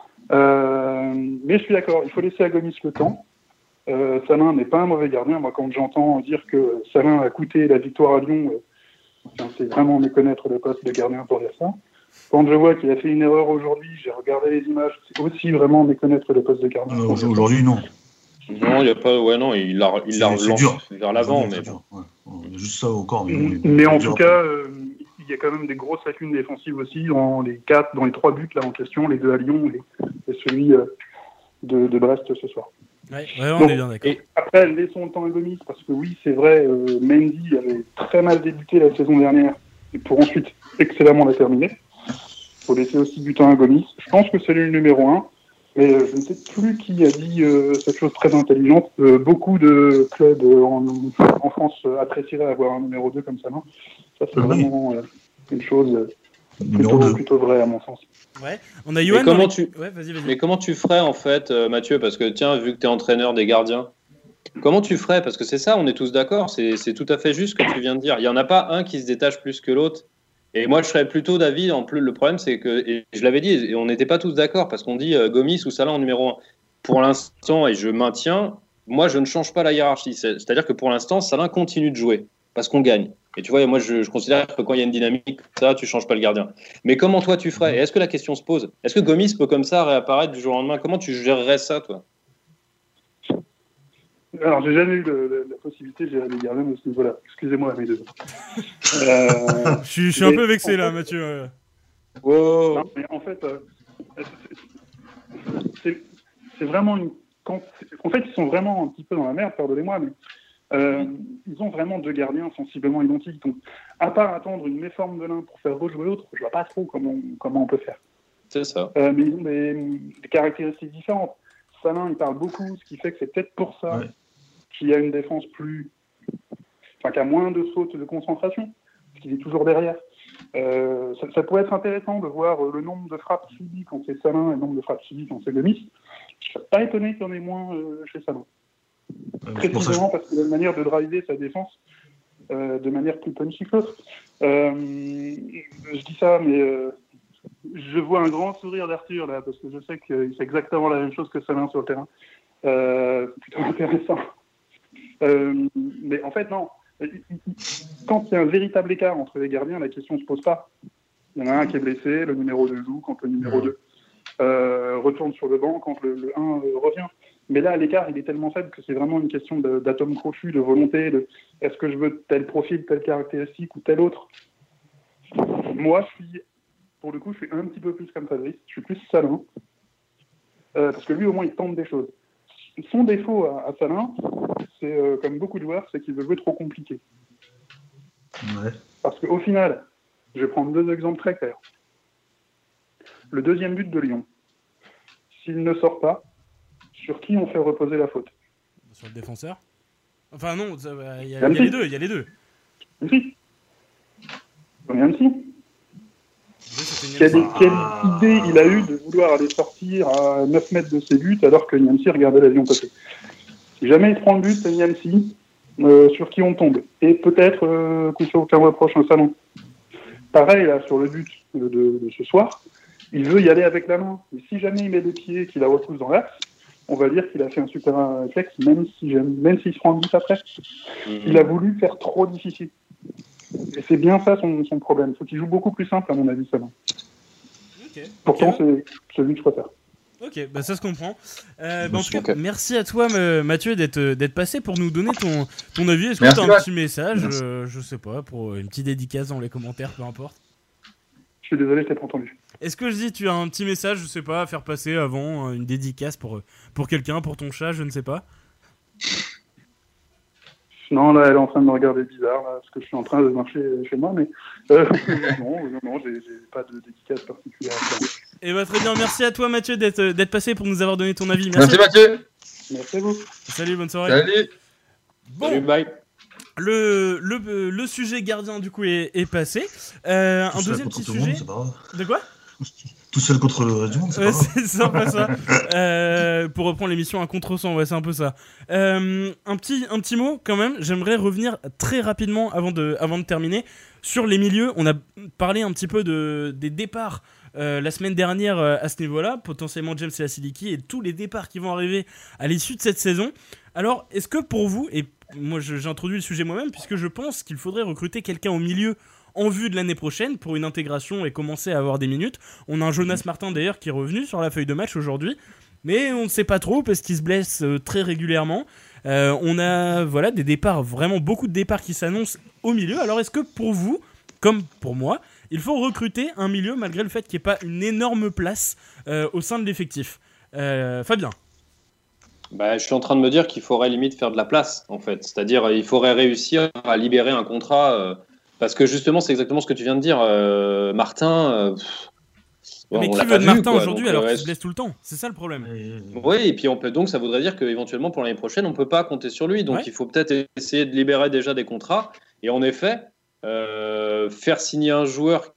S9: Euh, mais je suis d'accord, il faut laisser à Gomis le temps. Euh, Salin n'est pas un mauvais gardien. Moi, quand j'entends dire que Salin a coûté la victoire à Lyon, euh, c'est vraiment méconnaître le poste de gardien pour dire ça. Quand je vois qu'il a fait une erreur aujourd'hui, j'ai regardé les images, c'est aussi vraiment méconnaître le poste de gardien.
S8: Euh, Aujourd'hui, non.
S6: Non, il y a pas. Ouais, non, il l'a, il l'a
S8: C'est- c'est
S6: relancé
S8: dur.
S6: vers l'avant,
S8: C'est
S6: mais
S8: dur,
S6: bon.
S8: ouais. Il y a juste ça au corps. Mais,
S9: Mais,
S8: mais-
S9: mais en
S8: c'est
S9: tout
S8: dur.
S9: cas, euh, il y a quand même des grosses lacunes défensives aussi dans les quatre, dans les trois buts là en question, les deux à Lyon et, et celui euh, de, de Brest ce soir.
S4: Ouais, ouais, on
S9: Donc,
S4: est bien d'accord.
S6: et-
S9: Après, laissons le temps à Gomis parce que oui, c'est vrai, euh, Mendy avait très mal débuté la saison dernière et pour ensuite excellemment la terminer. Il faut laisser aussi du temps à Gomis. Je pense que c'est le numéro un, mais euh, je ne sais plus qui a dit euh, cette chose très intelligente. Euh, beaucoup de clubs euh, en, en France euh, apprécieraient avoir un numéro deux comme ça, non? Ça, c'est
S8: Ah oui.
S9: vraiment euh, une chose euh,
S8: Numéro
S9: plutôt,
S8: deux.
S9: plutôt vraie à mon sens.
S4: Ouais, on a Yoann.
S6: comment
S4: dans
S6: tu-
S4: les- Ouais, vas-y, vas-y.
S6: Mais comment tu ferais en fait, euh, Mathieu, parce que tiens, vu que tu es entraîneur des gardiens, comment tu ferais? Parce que c'est ça, on est tous d'accord, c'est, c'est tout à fait juste ce que tu viens de dire. Il n'y en a pas un qui se détache plus que l'autre. Et moi, je serais plutôt d'avis, en plus, le problème, c'est que, et je l'avais dit, et on n'était pas tous d'accord, parce qu'on dit euh, Gomis ou Salin en numéro un. Pour l'instant, et je maintiens, moi, je ne change pas la hiérarchie. C'est- C'est-à-dire que pour l'instant, Salin continue de jouer, parce qu'on gagne. Et tu vois, moi, je, je considère que quand il y a une dynamique, ça, tu changes pas le gardien. Mais comment toi, tu ferais? Et est-ce que la question se pose? Est-ce que Gomis peut comme ça réapparaître du jour au lendemain? Comment tu gérerais ça, toi?
S9: Alors, j'ai jamais eu le- le- la possibilité de gérer des gardiens de ce niveau-là. Excusez-moi, mes deux. Euh,
S4: Je suis, je suis un
S9: mais-
S4: peu vexé là, Mathieu. euh.
S6: Wow.
S9: Non, mais en fait, euh, c'est c'est vraiment une. quand- En fait, ils sont vraiment un petit peu dans la merde, pardonnez-moi, mais euh, ils ont vraiment deux gardiens sensiblement identiques. Donc, à part attendre une méforme de l'un pour faire rejouer l'autre, je vois pas trop comment, comment on peut faire.
S6: C'est ça.
S9: Euh, mais ils ont des, des caractéristiques différentes. Salin, il parle beaucoup, ce qui fait que c'est peut-être pour ça
S8: Ouais.
S9: qu'il y a une défense plus. Enfin, qu'il y a moins de sautes de concentration, parce qu'il est toujours derrière. Euh, ça, ça pourrait être intéressant de voir euh, le nombre de frappes subies quand c'est Salin et le nombre de frappes subies quand c'est Gomis. Je ne serais pas étonné qu'il y en ait moins euh, chez Salin.
S8: Ouais, c'est pour ça que je-
S9: Précisément parce qu'il a une manière de driver sa défense euh, de manière plus punchy que l'autre. Euh, je dis ça, mais euh, je vois un grand sourire d'Arthur là, parce que je sais que c'est exactement la même chose que Salin sur le terrain. Euh, c'est plutôt intéressant. Euh, mais en fait, non. Quand il y a un véritable écart entre les gardiens, la question ne se pose pas. Il y en a un qui est blessé, le numéro deux joue quand le numéro deux euh, retourne sur le banc, quand le, le un euh, revient. Mais là, l'écart, il est tellement faible que c'est vraiment une question de- d'atome crochu, de volonté, de est-ce que je veux tel profil, telle caractéristique ou tel autre. Moi, je suis, pour le coup, je suis un petit peu plus comme Fabrice, je suis plus Salin, euh, parce que lui, au moins, il tente des choses. Son défaut à, à Salin, c'est, euh, comme beaucoup de joueurs, c'est qu'il veut jouer trop compliqué.
S8: Ouais.
S9: Parce qu'au final, je vais prendre deux exemples très clairs. Le deuxième but de Lyon, s'il ne sort pas, sur qui on fait reposer la faute?
S4: Sur le défenseur? Enfin non, il y, y a les deux, il y a les deux.
S9: Oui. Niamsi. Quelle, quelle idée il a eu de vouloir aller sortir à neuf mètres de ses buts alors que Niamsi regardait l'avion passer. Si jamais il prend le but, c'est Niamsi euh, sur qui on tombe. Et peut-être euh, qu'on ne fait aucun reproche un salon. Pareil, là, sur le but de, de, de ce soir, il veut y aller avec la main. Et si jamais il met les pieds, qu'il la repousse dans l'axe, on va dire qu'il a fait un super réflexe, même si même s'il se rend but après. Mmh. Il a voulu faire trop difficile. Et c'est bien ça son, son problème. Il faut qu'il joue beaucoup plus simple, à mon avis, ça. Okay. Pourtant, okay. c'est celui que je préfère.
S4: Ok, bah ça se comprend. Euh, bah en tout cas, okay. merci à toi, Mathieu, d'être d'être passé pour nous donner ton, ton avis. Est-ce que tu as un petit message, euh, je sais pas, pour une petite dédicace dans les commentaires, peu importe.
S9: Je suis désolé, je t'ai pas entendu.
S4: Est-ce que je dis, tu as un petit message, je sais pas, à faire passer avant, une dédicace pour, pour quelqu'un, pour ton chat, je ne sais pas?
S9: Non, là, elle est en train de me regarder bizarre, là, parce que je suis en train de marcher chez moi, mais euh, non, non, non, j'ai, j'ai pas de dédicace particulière à faire.
S4: Et bah très bien, merci à toi Mathieu d'être, d'être passé pour nous avoir donné ton avis. Merci,
S5: merci Mathieu.
S9: Merci à vous.
S4: Salut, bonne soirée.
S5: Salut.
S4: Bon.
S6: Salut, bye.
S4: Le, le, le sujet gardien du coup est, est passé. Euh, un deuxième petit sujet.
S8: Monde, c'est pas grave.
S4: De quoi?
S8: Tout seul contre le reste du monde, c'est
S4: ouais,
S8: pas grave.
S4: C'est sympa ça. euh, pour reprendre l'émission à contre-sang, ouais, c'est un peu ça. Euh, un, petit, un petit mot quand même, j'aimerais revenir très rapidement avant de, avant de terminer sur les milieux. On a parlé un petit peu de, des départs euh, la semaine dernière euh, à ce niveau-là, potentiellement James Selassie et tous les départs qui vont arriver à l'issue de cette saison. Alors, est-ce que pour vous, et moi je, j'ai introduit le sujet moi-même, puisque je pense qu'il faudrait recruter quelqu'un au milieu en vue de l'année prochaine pour une intégration et commencer à avoir des minutes. On a un Jonas Martin d'ailleurs qui est revenu sur la feuille de match aujourd'hui, mais on ne sait pas trop parce qu'il se blesse euh, très régulièrement. Euh, on a voilà, des départs, vraiment beaucoup de départs qui s'annoncent au milieu. Alors est-ce que pour vous, comme pour moi, il faut recruter un milieu malgré le fait qu'il n'y ait pas une énorme place euh, au sein de l'effectif? euh, Fabien?
S6: Bah, je suis en train de me dire qu'il faudrait limite faire de la place en fait. C'est-à-dire il faudrait réussir à libérer un contrat... Euh, Parce que justement, c'est exactement ce que tu viens de dire, euh, Martin. Euh,
S4: bon, mais qui veut de vu, Martin quoi, aujourd'hui alors euh, qu'il se blesse tout le temps? C'est ça le problème.
S6: Oui, et puis on peut, donc ça voudrait dire qu'éventuellement pour l'année prochaine, on ne peut pas compter sur lui. Donc ouais. il faut peut-être essayer de libérer déjà des contrats. Et en effet, euh, faire signer un joueur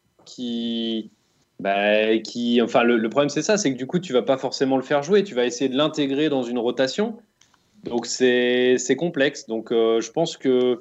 S6: qui. Bah, qui enfin, le, le problème, c'est ça, c'est que du coup, tu ne vas pas forcément le faire jouer. Tu vas essayer de l'intégrer dans une rotation. Donc c'est, c'est complexe. Donc euh, je pense que.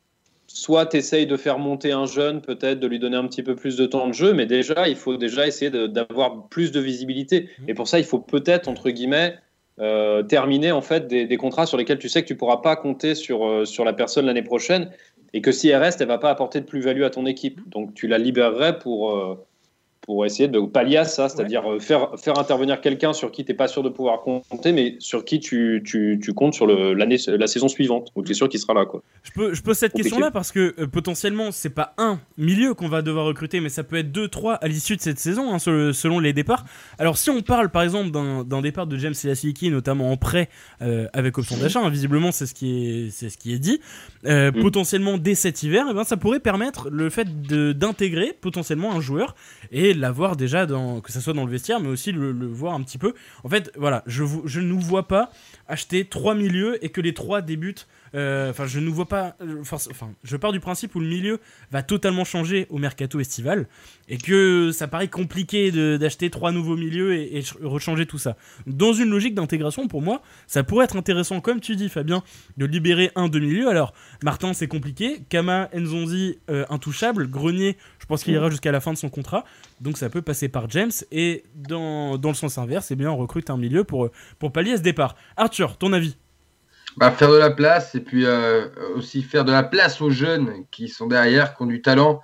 S6: Soit tu essayes de faire monter un jeune, peut-être de lui donner un petit peu plus de temps de jeu, mais déjà, il faut déjà essayer de, d'avoir plus de visibilité. Et pour ça, il faut peut-être, entre guillemets, euh, terminer en fait, des, des contrats sur lesquels tu sais que tu ne pourras pas compter sur, euh, sur la personne l'année prochaine et que si elle reste, elle ne va pas apporter de plus-value à ton équipe. Donc, tu la libérerais pour, euh, pour essayer de pallier à ça, c'est-à-dire ouais. faire, faire intervenir quelqu'un sur qui tu n'es pas sûr de pouvoir compter, mais sur qui tu, tu, tu comptes sur le, l'année, la saison suivante. Donc, tu es sûr qu'il sera là. Quoi.
S4: Je, peux, je pose cette Compliqué. question-là parce que euh, potentiellement, c'est pas un milieu qu'on va devoir recruter, mais ça peut être deux, trois à l'issue de cette saison, hein, selon les départs. Alors, si on parle par exemple d'un, d'un départ de James Selassie, notamment en prêt euh, avec option d'achat, hein, visiblement, c'est ce qui est, c'est ce qui est dit, euh, mmh. potentiellement dès cet hiver, eh ben, ça pourrait permettre le fait de, d'intégrer potentiellement un joueur et l'avoir déjà, dans, que ça soit dans le vestiaire, mais aussi le, le voir un petit peu. En fait, voilà, je, je ne nous vois pas acheter trois milieux et que les trois débutent. Enfin, euh, je ne vois pas. Enfin, je pars du principe où le milieu va totalement changer au mercato estival et que ça paraît compliqué de, d'acheter trois nouveaux milieux et, et rechanger tout ça. Dans une logique d'intégration, pour moi, ça pourrait être intéressant, comme tu dis, Fabien, de libérer un deux milieux. Alors, Martin, c'est compliqué. Kama, Nzonzi, euh, intouchable. Grenier, je pense qu'il ira jusqu'à la fin de son contrat. Donc, ça peut passer par James. Et dans, dans le sens inverse, eh bien, on recrute un milieu pour, pour pallier à ce départ. Arthur, ton avis?
S5: Bah, faire de la place et puis euh, aussi faire de la place aux jeunes qui sont derrière, qui ont du talent,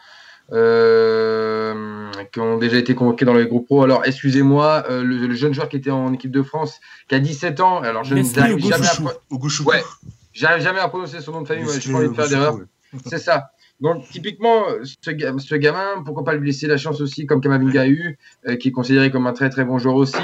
S5: euh, qui ont déjà été convoqués dans les groupes pro. Alors, excusez-moi, euh, le, le jeune joueur qui était en équipe de France, qui a dix-sept ans, alors je n'arrive jamais, ouais, j'arrive jamais à prononcer son nom de famille, ouais, je n'ai pas envie de faire d'erreur. Ouais. C'est ça. Donc, typiquement, ce, ce gamin, pourquoi pas lui laisser la chance aussi, comme Kamavinga a eu, euh, qui est considéré comme un très très bon joueur aussi.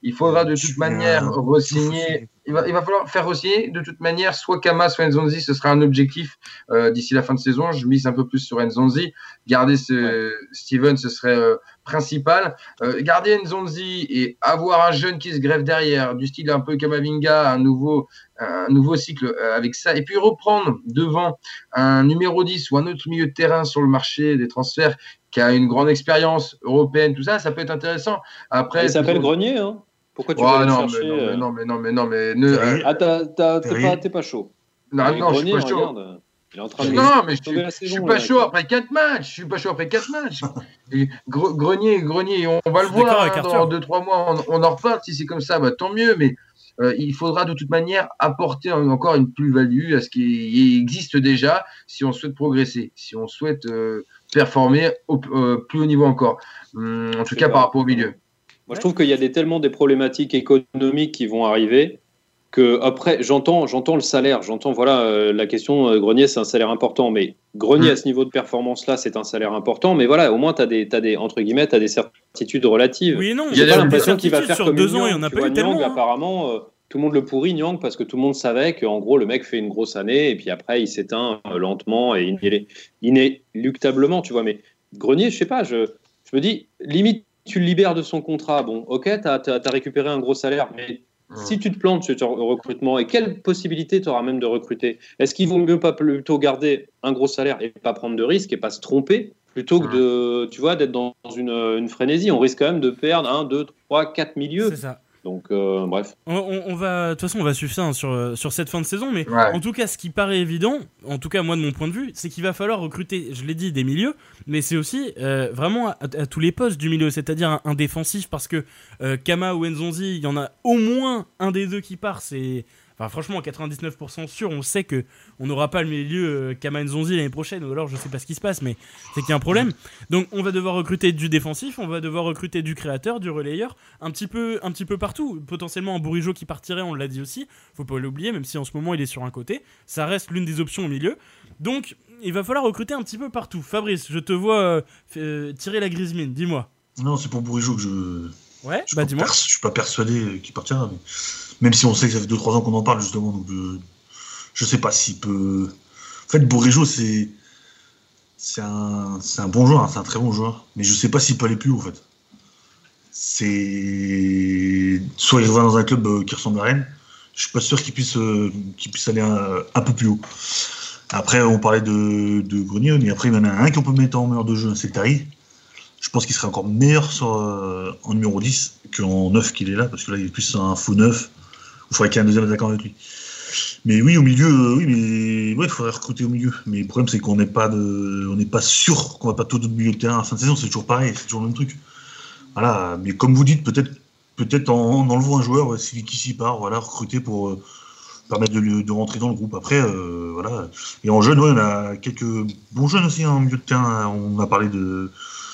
S5: Il faudra de toute manière re-signer. Il va, il va falloir faire re-signer de toute manière soit Kama, soit Nzonzi. Ce sera un objectif euh, d'ici la fin de saison. Je mise un peu plus sur Nzonzi. Garder ce ouais. Steven, ce serait euh, principal. Euh, garder Nzonzi et avoir un jeune qui se greffe derrière, du style un peu Kamavinga, un nouveau, un nouveau cycle euh, avec ça. Et puis reprendre devant un numéro dix ou un autre milieu de terrain sur le marché des transferts qui a une grande expérience européenne, tout ça, ça peut être intéressant. Après,
S6: il s'appelle Grenier, hein. Pourquoi tu
S5: oh,
S6: vas
S5: non,
S6: le chercher
S5: mais non, mais non, mais non, mais non, mais.
S6: Euh... Ah, t'as, t'as, t'es, pas, t'es pas chaud.
S5: Non, non,
S6: Grenier,
S5: je suis pas chaud.
S6: Regarde, il est en train de
S5: non, mais je,
S6: saison,
S5: je suis pas
S6: là,
S5: chaud après quatre matchs. Je suis pas chaud après quatre matchs. Et Grenier, Grenier, on va le voir hein, dans deux trois mois. On, on en reparle. Si c'est comme ça, bah, tant mieux. Mais euh, il faudra de toute manière apporter encore une plus-value à ce qui existe déjà si on souhaite progresser, si on souhaite euh, performer au euh, plus haut niveau encore. Hum, en tout cas, pas. par rapport au milieu.
S6: Moi, je trouve qu'il y a des, tellement des problématiques économiques qui vont arriver que après, j'entends, j'entends le salaire, j'entends voilà euh, la question euh, Grenier, c'est un salaire important, mais Grenier mmh. à ce niveau de performance là, c'est un salaire important, mais voilà, au moins t'as des, t'as des entre guillemets, t'as des certitudes relatives.
S4: Oui, non,
S6: j'ai pas l'impression qu'il va faire
S4: sur
S6: comme
S4: deux ans,
S6: Nyang,
S4: il y en a pas
S6: vois,
S4: eu tellement.
S6: Nyang,
S4: hein.
S6: Apparemment, euh, tout le monde le pourrit Nyang parce que tout le monde savait qu'en gros le mec fait une grosse année et puis après il s'éteint euh, lentement et inéluctablement, tu vois. Mais Grenier, je sais pas, je, je me dis limite. Tu le libères de son contrat, bon, ok, t'as, t'as, t'as récupéré un gros salaire, mais mmh. si tu te plantes sur ton recrutement, et quelle possibilité tu auras même de recruter ? Est-ce qu'il vaut mieux pas plutôt garder un gros salaire et pas prendre de risques et pas se tromper, plutôt que de, tu vois, d'être dans une, une frénésie ? On risque quand même de perdre un, deux, trois, quatre milieux.
S4: C'est ça.
S6: Donc, euh, bref.
S4: On, on, on va, de toute façon, on va suivre ça hein, sur, sur cette fin de saison, mais
S5: ouais.
S4: en tout cas, ce qui paraît évident, en tout cas moi de mon point de vue, c'est qu'il va falloir recruter, je l'ai dit, des milieux, mais c'est aussi euh, vraiment à, à tous les postes du milieu, c'est-à-dire un, un défensif, parce que euh, Kama ou Nzonzi, il y en a au moins un des deux qui part, c'est... Enfin, franchement, à quatre-vingt-dix-neuf pour cent sûr, on sait qu'on n'aura pas le milieu euh, Kama Nzonzi l'année prochaine, ou alors je sais pas ce qui se passe, mais c'est qu'il y a un problème. Donc, on va devoir recruter du défensif, on va devoir recruter du créateur, du relayeur, un petit peu, un petit peu partout. Potentiellement, un Bourigeaud qui partirait, on l'a dit aussi, faut pas l'oublier, même si en ce moment il est sur un côté, ça reste l'une des options au milieu. Donc, il va falloir recruter un petit peu partout. Fabrice, je te vois euh, euh, tirer la grise mine, dis-moi.
S8: Non, c'est pour Bourigeaud que je.
S4: Ouais,
S8: je
S4: bah dis-moi.
S8: Pers- je suis pas persuadé qu'il partira. Mais... Même si on sait que ça fait deux trois ans qu'on en parle, justement. Donc, euh, je sais pas s'il peut. En fait, Bourigeaud, c'est. C'est un... c'est un bon joueur, hein, c'est un très bon joueur. Mais je sais pas s'il peut aller plus haut, en fait. C'est. Soit il revient dans un club euh, qui ressemble à Rennes. Je suis pas sûr qu'il puisse, euh, qu'il puisse aller un... un peu plus haut. Après, on parlait de, de Grenier, mais après, il y en a un qu'on peut mettre en meilleur de jeu, c'est Tari. Je pense qu'il serait encore meilleur sur, euh, en numéro dix qu'en neuf qu'il est là, parce que là, il est plus un faux neuf. Il faudrait qu'il y ait un deuxième attaquant avec lui. Mais oui, au milieu, euh, oui, mais ouais, il faudrait recruter au milieu. Mais le problème, c'est qu'on n'est pas, de, on n'est pas sûr qu'on va pas tout de milieu de terrain à la fin de saison. C'est toujours pareil, c'est toujours le même truc. Voilà. Mais comme vous dites, peut-être, peut-être en, en enlevant un joueur, si qui s'y part, voilà, recruter pour euh, permettre de, de rentrer dans le groupe. Après, euh, voilà. Et en jeune, ouais, on a quelques bons jeunes aussi en milieu de terrain. On a parlé de.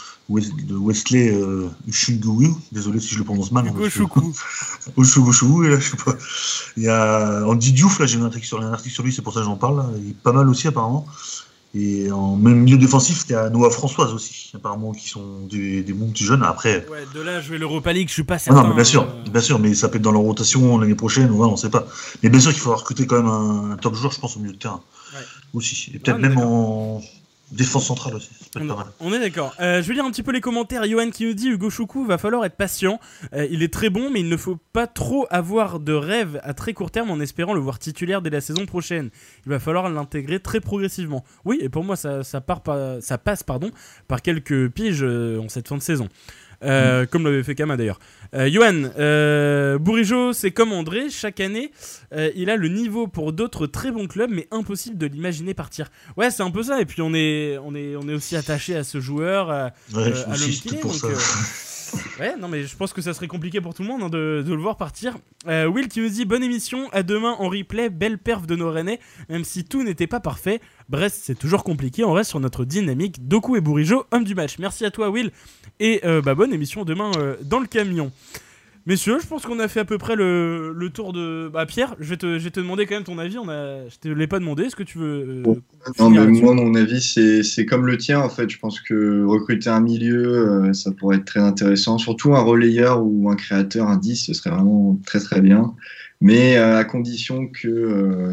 S8: de Wesley euh, Ushunguyu, désolé si je le prononce mal.
S4: Ushunguyu.
S8: Ushunguyu, là, je sais pas. Il y a Andy Diouf, là, j'ai un article sur, un article sur lui, c'est pour ça que j'en parle. Là. Il est pas mal aussi, apparemment. Et en même milieu défensif, il y a Noah Françoise aussi, apparemment, qui sont des, des bons petits jeunes. Après.
S4: Ouais, de là, jouer l'Europa League, je suis pas certain.
S8: Ah non, mais bien sûr,
S4: euh...
S8: bien sûr, mais ça peut être dans leur rotation l'année prochaine, ouais, on sait pas. Mais bien sûr qu'il faut recruter quand même un, un top joueur, je pense, au milieu de terrain. Ouais. Aussi. Et peut-être ah, même d'accord. en. Défense centrale aussi, ça peut être
S4: on,
S8: pas mal.
S4: On est d'accord. Euh, je vais lire un petit peu les commentaires. Johan qui nous dit Hugo Choukou va falloir être patient. Euh, il est très bon, mais il ne faut pas trop avoir de rêves à très court terme en espérant le voir titulaire dès la saison prochaine. Il va falloir l'intégrer très progressivement. Oui, et pour moi, ça, ça, part par, ça passe pardon, par quelques piges euh, en cette fin de saison. Euh, mmh. Comme l'avait fait Kama d'ailleurs. Euh, Johan, euh, Bourigeaud, c'est comme André, chaque année, euh, il a le niveau pour d'autres très bons clubs, mais impossible de l'imaginer partir. Ouais, c'est un peu ça. Et puis on est, on est, on est aussi attaché à ce joueur, à,
S8: ouais,
S4: euh, à l'homme qu'il est.
S8: Pour
S4: donc,
S8: ça.
S4: Euh, ouais, non, mais je pense que ça serait compliqué pour tout le monde hein, de, de le voir partir. Euh, Will qui nous dit bonne émission, à demain en replay, belle perf de nos Rennais, même si tout n'était pas parfait. Brest, c'est toujours compliqué, on reste sur notre dynamique. Doku et Bourigeaud, homme du match. Merci à toi, Will. Et euh, bah, bonne émission demain euh, dans le camion. Messieurs, je pense qu'on a fait à peu près le, le tour de... Bah Pierre, je vais, te, je vais te demander quand même ton avis, on a... je te l'ai pas demandé, est-ce que tu veux... Euh,
S7: non mais moi mon avis c'est, c'est comme le tien en fait, je pense que recruter un milieu euh, ça pourrait être très intéressant, surtout un relayeur ou un créateur, un dix, ce serait vraiment très très bien, mais euh, à condition que... Euh,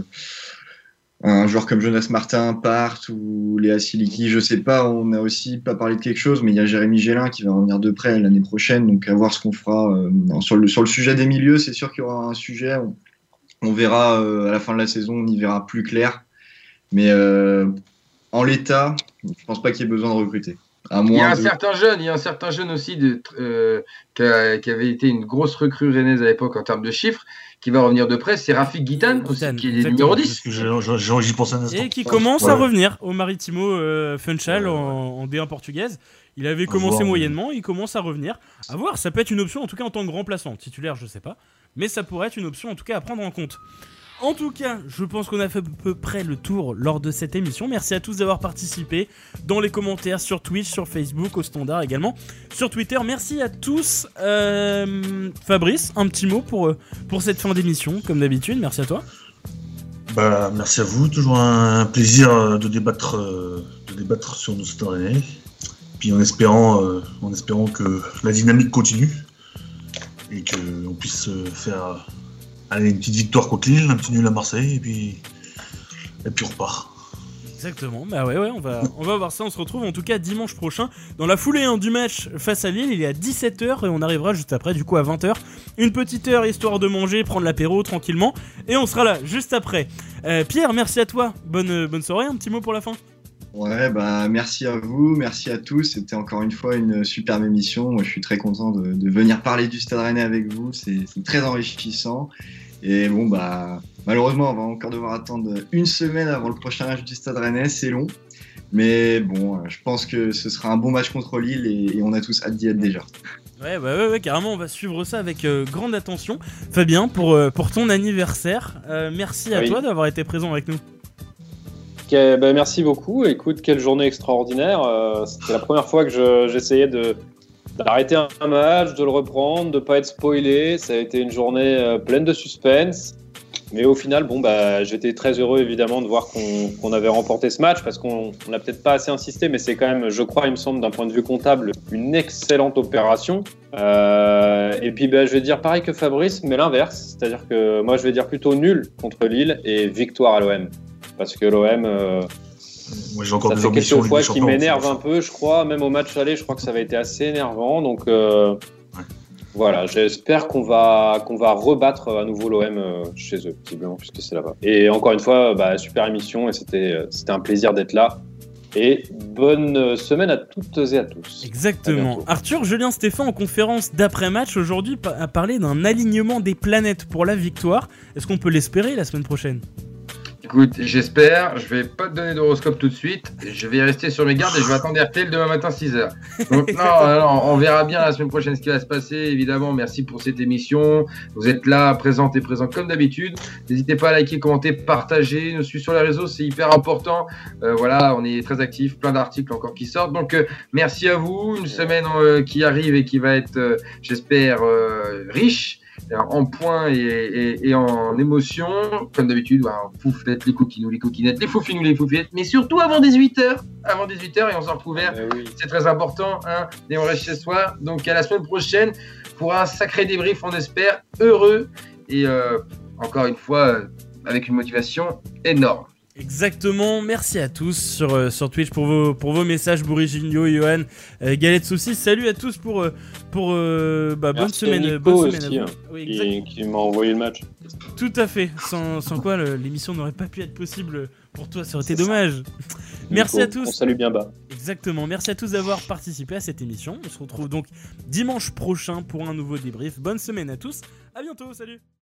S7: un joueur comme Jonas Martin parte ou Léa Siliki, je sais pas, on a aussi pas parlé de quelque chose, mais il y a Jérémy Gélin qui va revenir de près l'année prochaine, donc à voir ce qu'on fera. Euh, sur, le, sur le sujet des milieux, c'est sûr qu'il y aura un sujet, on, on verra euh, à la fin de la saison, on y verra plus clair, mais euh, en l'état, je pense pas qu'il y ait besoin de recruter. À moins
S5: il y a un
S7: de...
S5: certain jeune, il y a un certain jeune aussi de, euh, qui, a, qui avait été une grosse recrue rennaise à l'époque en termes de chiffres, qui va revenir de près, c'est Rafik Guitane, aussi, qui est le numéro dix.
S8: J'y pense un instant.
S4: Et qui commence ouais. à revenir au Maritimo euh, Funchal ouais. en, en D un portugaise. Il avait commencé voir, moyennement, il commence à revenir. À voir, ça peut être une option, en tout cas en tant que remplaçant. Titulaire, je sais pas. Mais ça pourrait être une option, en tout cas, à prendre en compte. En tout cas, je pense qu'on a fait à peu près le tour lors de cette émission. Merci à tous d'avoir participé dans les commentaires sur Twitch, sur Facebook, au standard également, sur Twitter. Merci à tous. Euh, Fabrice, un petit mot pour, pour cette fin d'émission, comme d'habitude. Merci à toi.
S8: Bah, merci à vous. Toujours un plaisir de débattre, de débattre sur nos stades rennais. Puis en espérant, en espérant que la dynamique continue et qu'on puisse faire... Allez, une petite victoire contre Lille, un petit nul à Marseille, et puis, et puis on repart.
S4: Exactement, bah ouais, ouais, on va, on va voir ça, on se retrouve en tout cas dimanche prochain, dans la foulée hein, du match face à Lille, il est à dix-sept heures, et on arrivera juste après, du coup à vingt heures, une petite heure histoire de manger, prendre l'apéro tranquillement, et on sera là juste après. Euh, Pierre, merci à toi, bonne, bonne soirée, un petit mot pour la fin.
S7: Ouais, bah merci à vous, merci à tous. C'était encore une fois une superbe émission. Moi, je suis très content de, de venir parler du Stade Rennais avec vous. C'est, c'est très enrichissant. Et bon, bah malheureusement, on va encore devoir attendre une semaine avant le prochain match du Stade Rennais. C'est long, mais bon, je pense que ce sera un bon match contre Lille et, et on a tous hâte d'y être déjà.
S4: Ouais, bah ouais, ouais, carrément, on va suivre ça avec euh, grande attention. Fabien, pour euh, pour ton anniversaire, euh, merci à oui. toi d'avoir été présent avec nous.
S6: Okay, bah merci beaucoup. Écoute, quelle journée extraordinaire. Euh, c'était la première fois que je, j'essayais de, d'arrêter un match, de le reprendre, de ne pas être spoilé. Ça a été une journée euh, pleine de suspense. Mais au final, bon, bah, j'étais très heureux évidemment de voir qu'on, qu'on avait remporté ce match parce qu'on n'a peut-être pas assez insisté, mais c'est quand même, je crois, il me semble, d'un point de vue comptable, une excellente opération. Euh, et puis, bah, je vais dire pareil que Fabrice, mais l'inverse. C'est-à-dire que moi, je vais dire plutôt nul contre Lille et victoire à l'O M. Parce que l'O M, euh,
S8: ouais, j'ai encore
S6: ça fait quelques fois qui m'énerve un peu, je crois. Même au match aller, je crois que ça avait été assez énervant. Donc euh, ouais. voilà, j'espère qu'on va, qu'on va rebattre à nouveau l'O M euh, chez eux, visiblement, puisque c'est là-bas. Et encore une fois, bah, super émission et c'était, c'était un plaisir d'être là. Et bonne semaine à toutes et à tous.
S4: Exactement. Arthur, Julien Stéphan en conférence d'après-match aujourd'hui a parlé d'un alignement des planètes pour la victoire. Est-ce qu'on peut l'espérer la semaine prochaine ?
S5: Écoute, j'espère, je vais pas te donner d'horoscope tout de suite, je vais rester sur mes gardes et je vais attendre R T L demain matin six heures. Donc non, non, on verra bien la semaine prochaine ce qui va se passer, évidemment, merci pour cette émission, vous êtes là, présentes et présents comme d'habitude, n'hésitez pas à liker, commenter, partager, nous suivre sur les réseaux, c'est hyper important, euh, voilà, on est très actifs, plein d'articles encore qui sortent, donc euh, merci à vous, une semaine euh, qui arrive et qui va être, euh, j'espère, euh, riche, en points et, et, et en émotion, comme d'habitude, bah, foufette, les coquinous, les coquinettes, les foufinous, les foufinettes, mais surtout avant dix-huit heures, avant dix-huit heures et on sort couvert, ah, oui. C'est très important, hein, et on reste chez soi, donc à la semaine prochaine pour un sacré débrief, on espère, heureux, et euh, encore une fois, euh, avec une motivation énorme.
S4: Exactement, merci à tous sur, euh, sur Twitch pour vos, pour vos messages, Bouriginho, Johan, euh, Galette Saucisse, salut à tous pour, euh, pour euh, bah, bonne semaine,
S6: Nico
S4: bonne
S6: aussi,
S4: semaine à vous.
S6: Hein, oui, qui, qui m'a envoyé le match.
S4: Tout à fait, sans, sans quoi le, l'émission n'aurait pas pu être possible pour toi, ça aurait été dommage. Merci
S6: Nico,
S4: à tous.
S6: On salue bien bas.
S4: Exactement, merci à tous d'avoir participé à cette émission. On se retrouve donc dimanche prochain pour un nouveau débrief. Bonne semaine à tous, à bientôt, salut.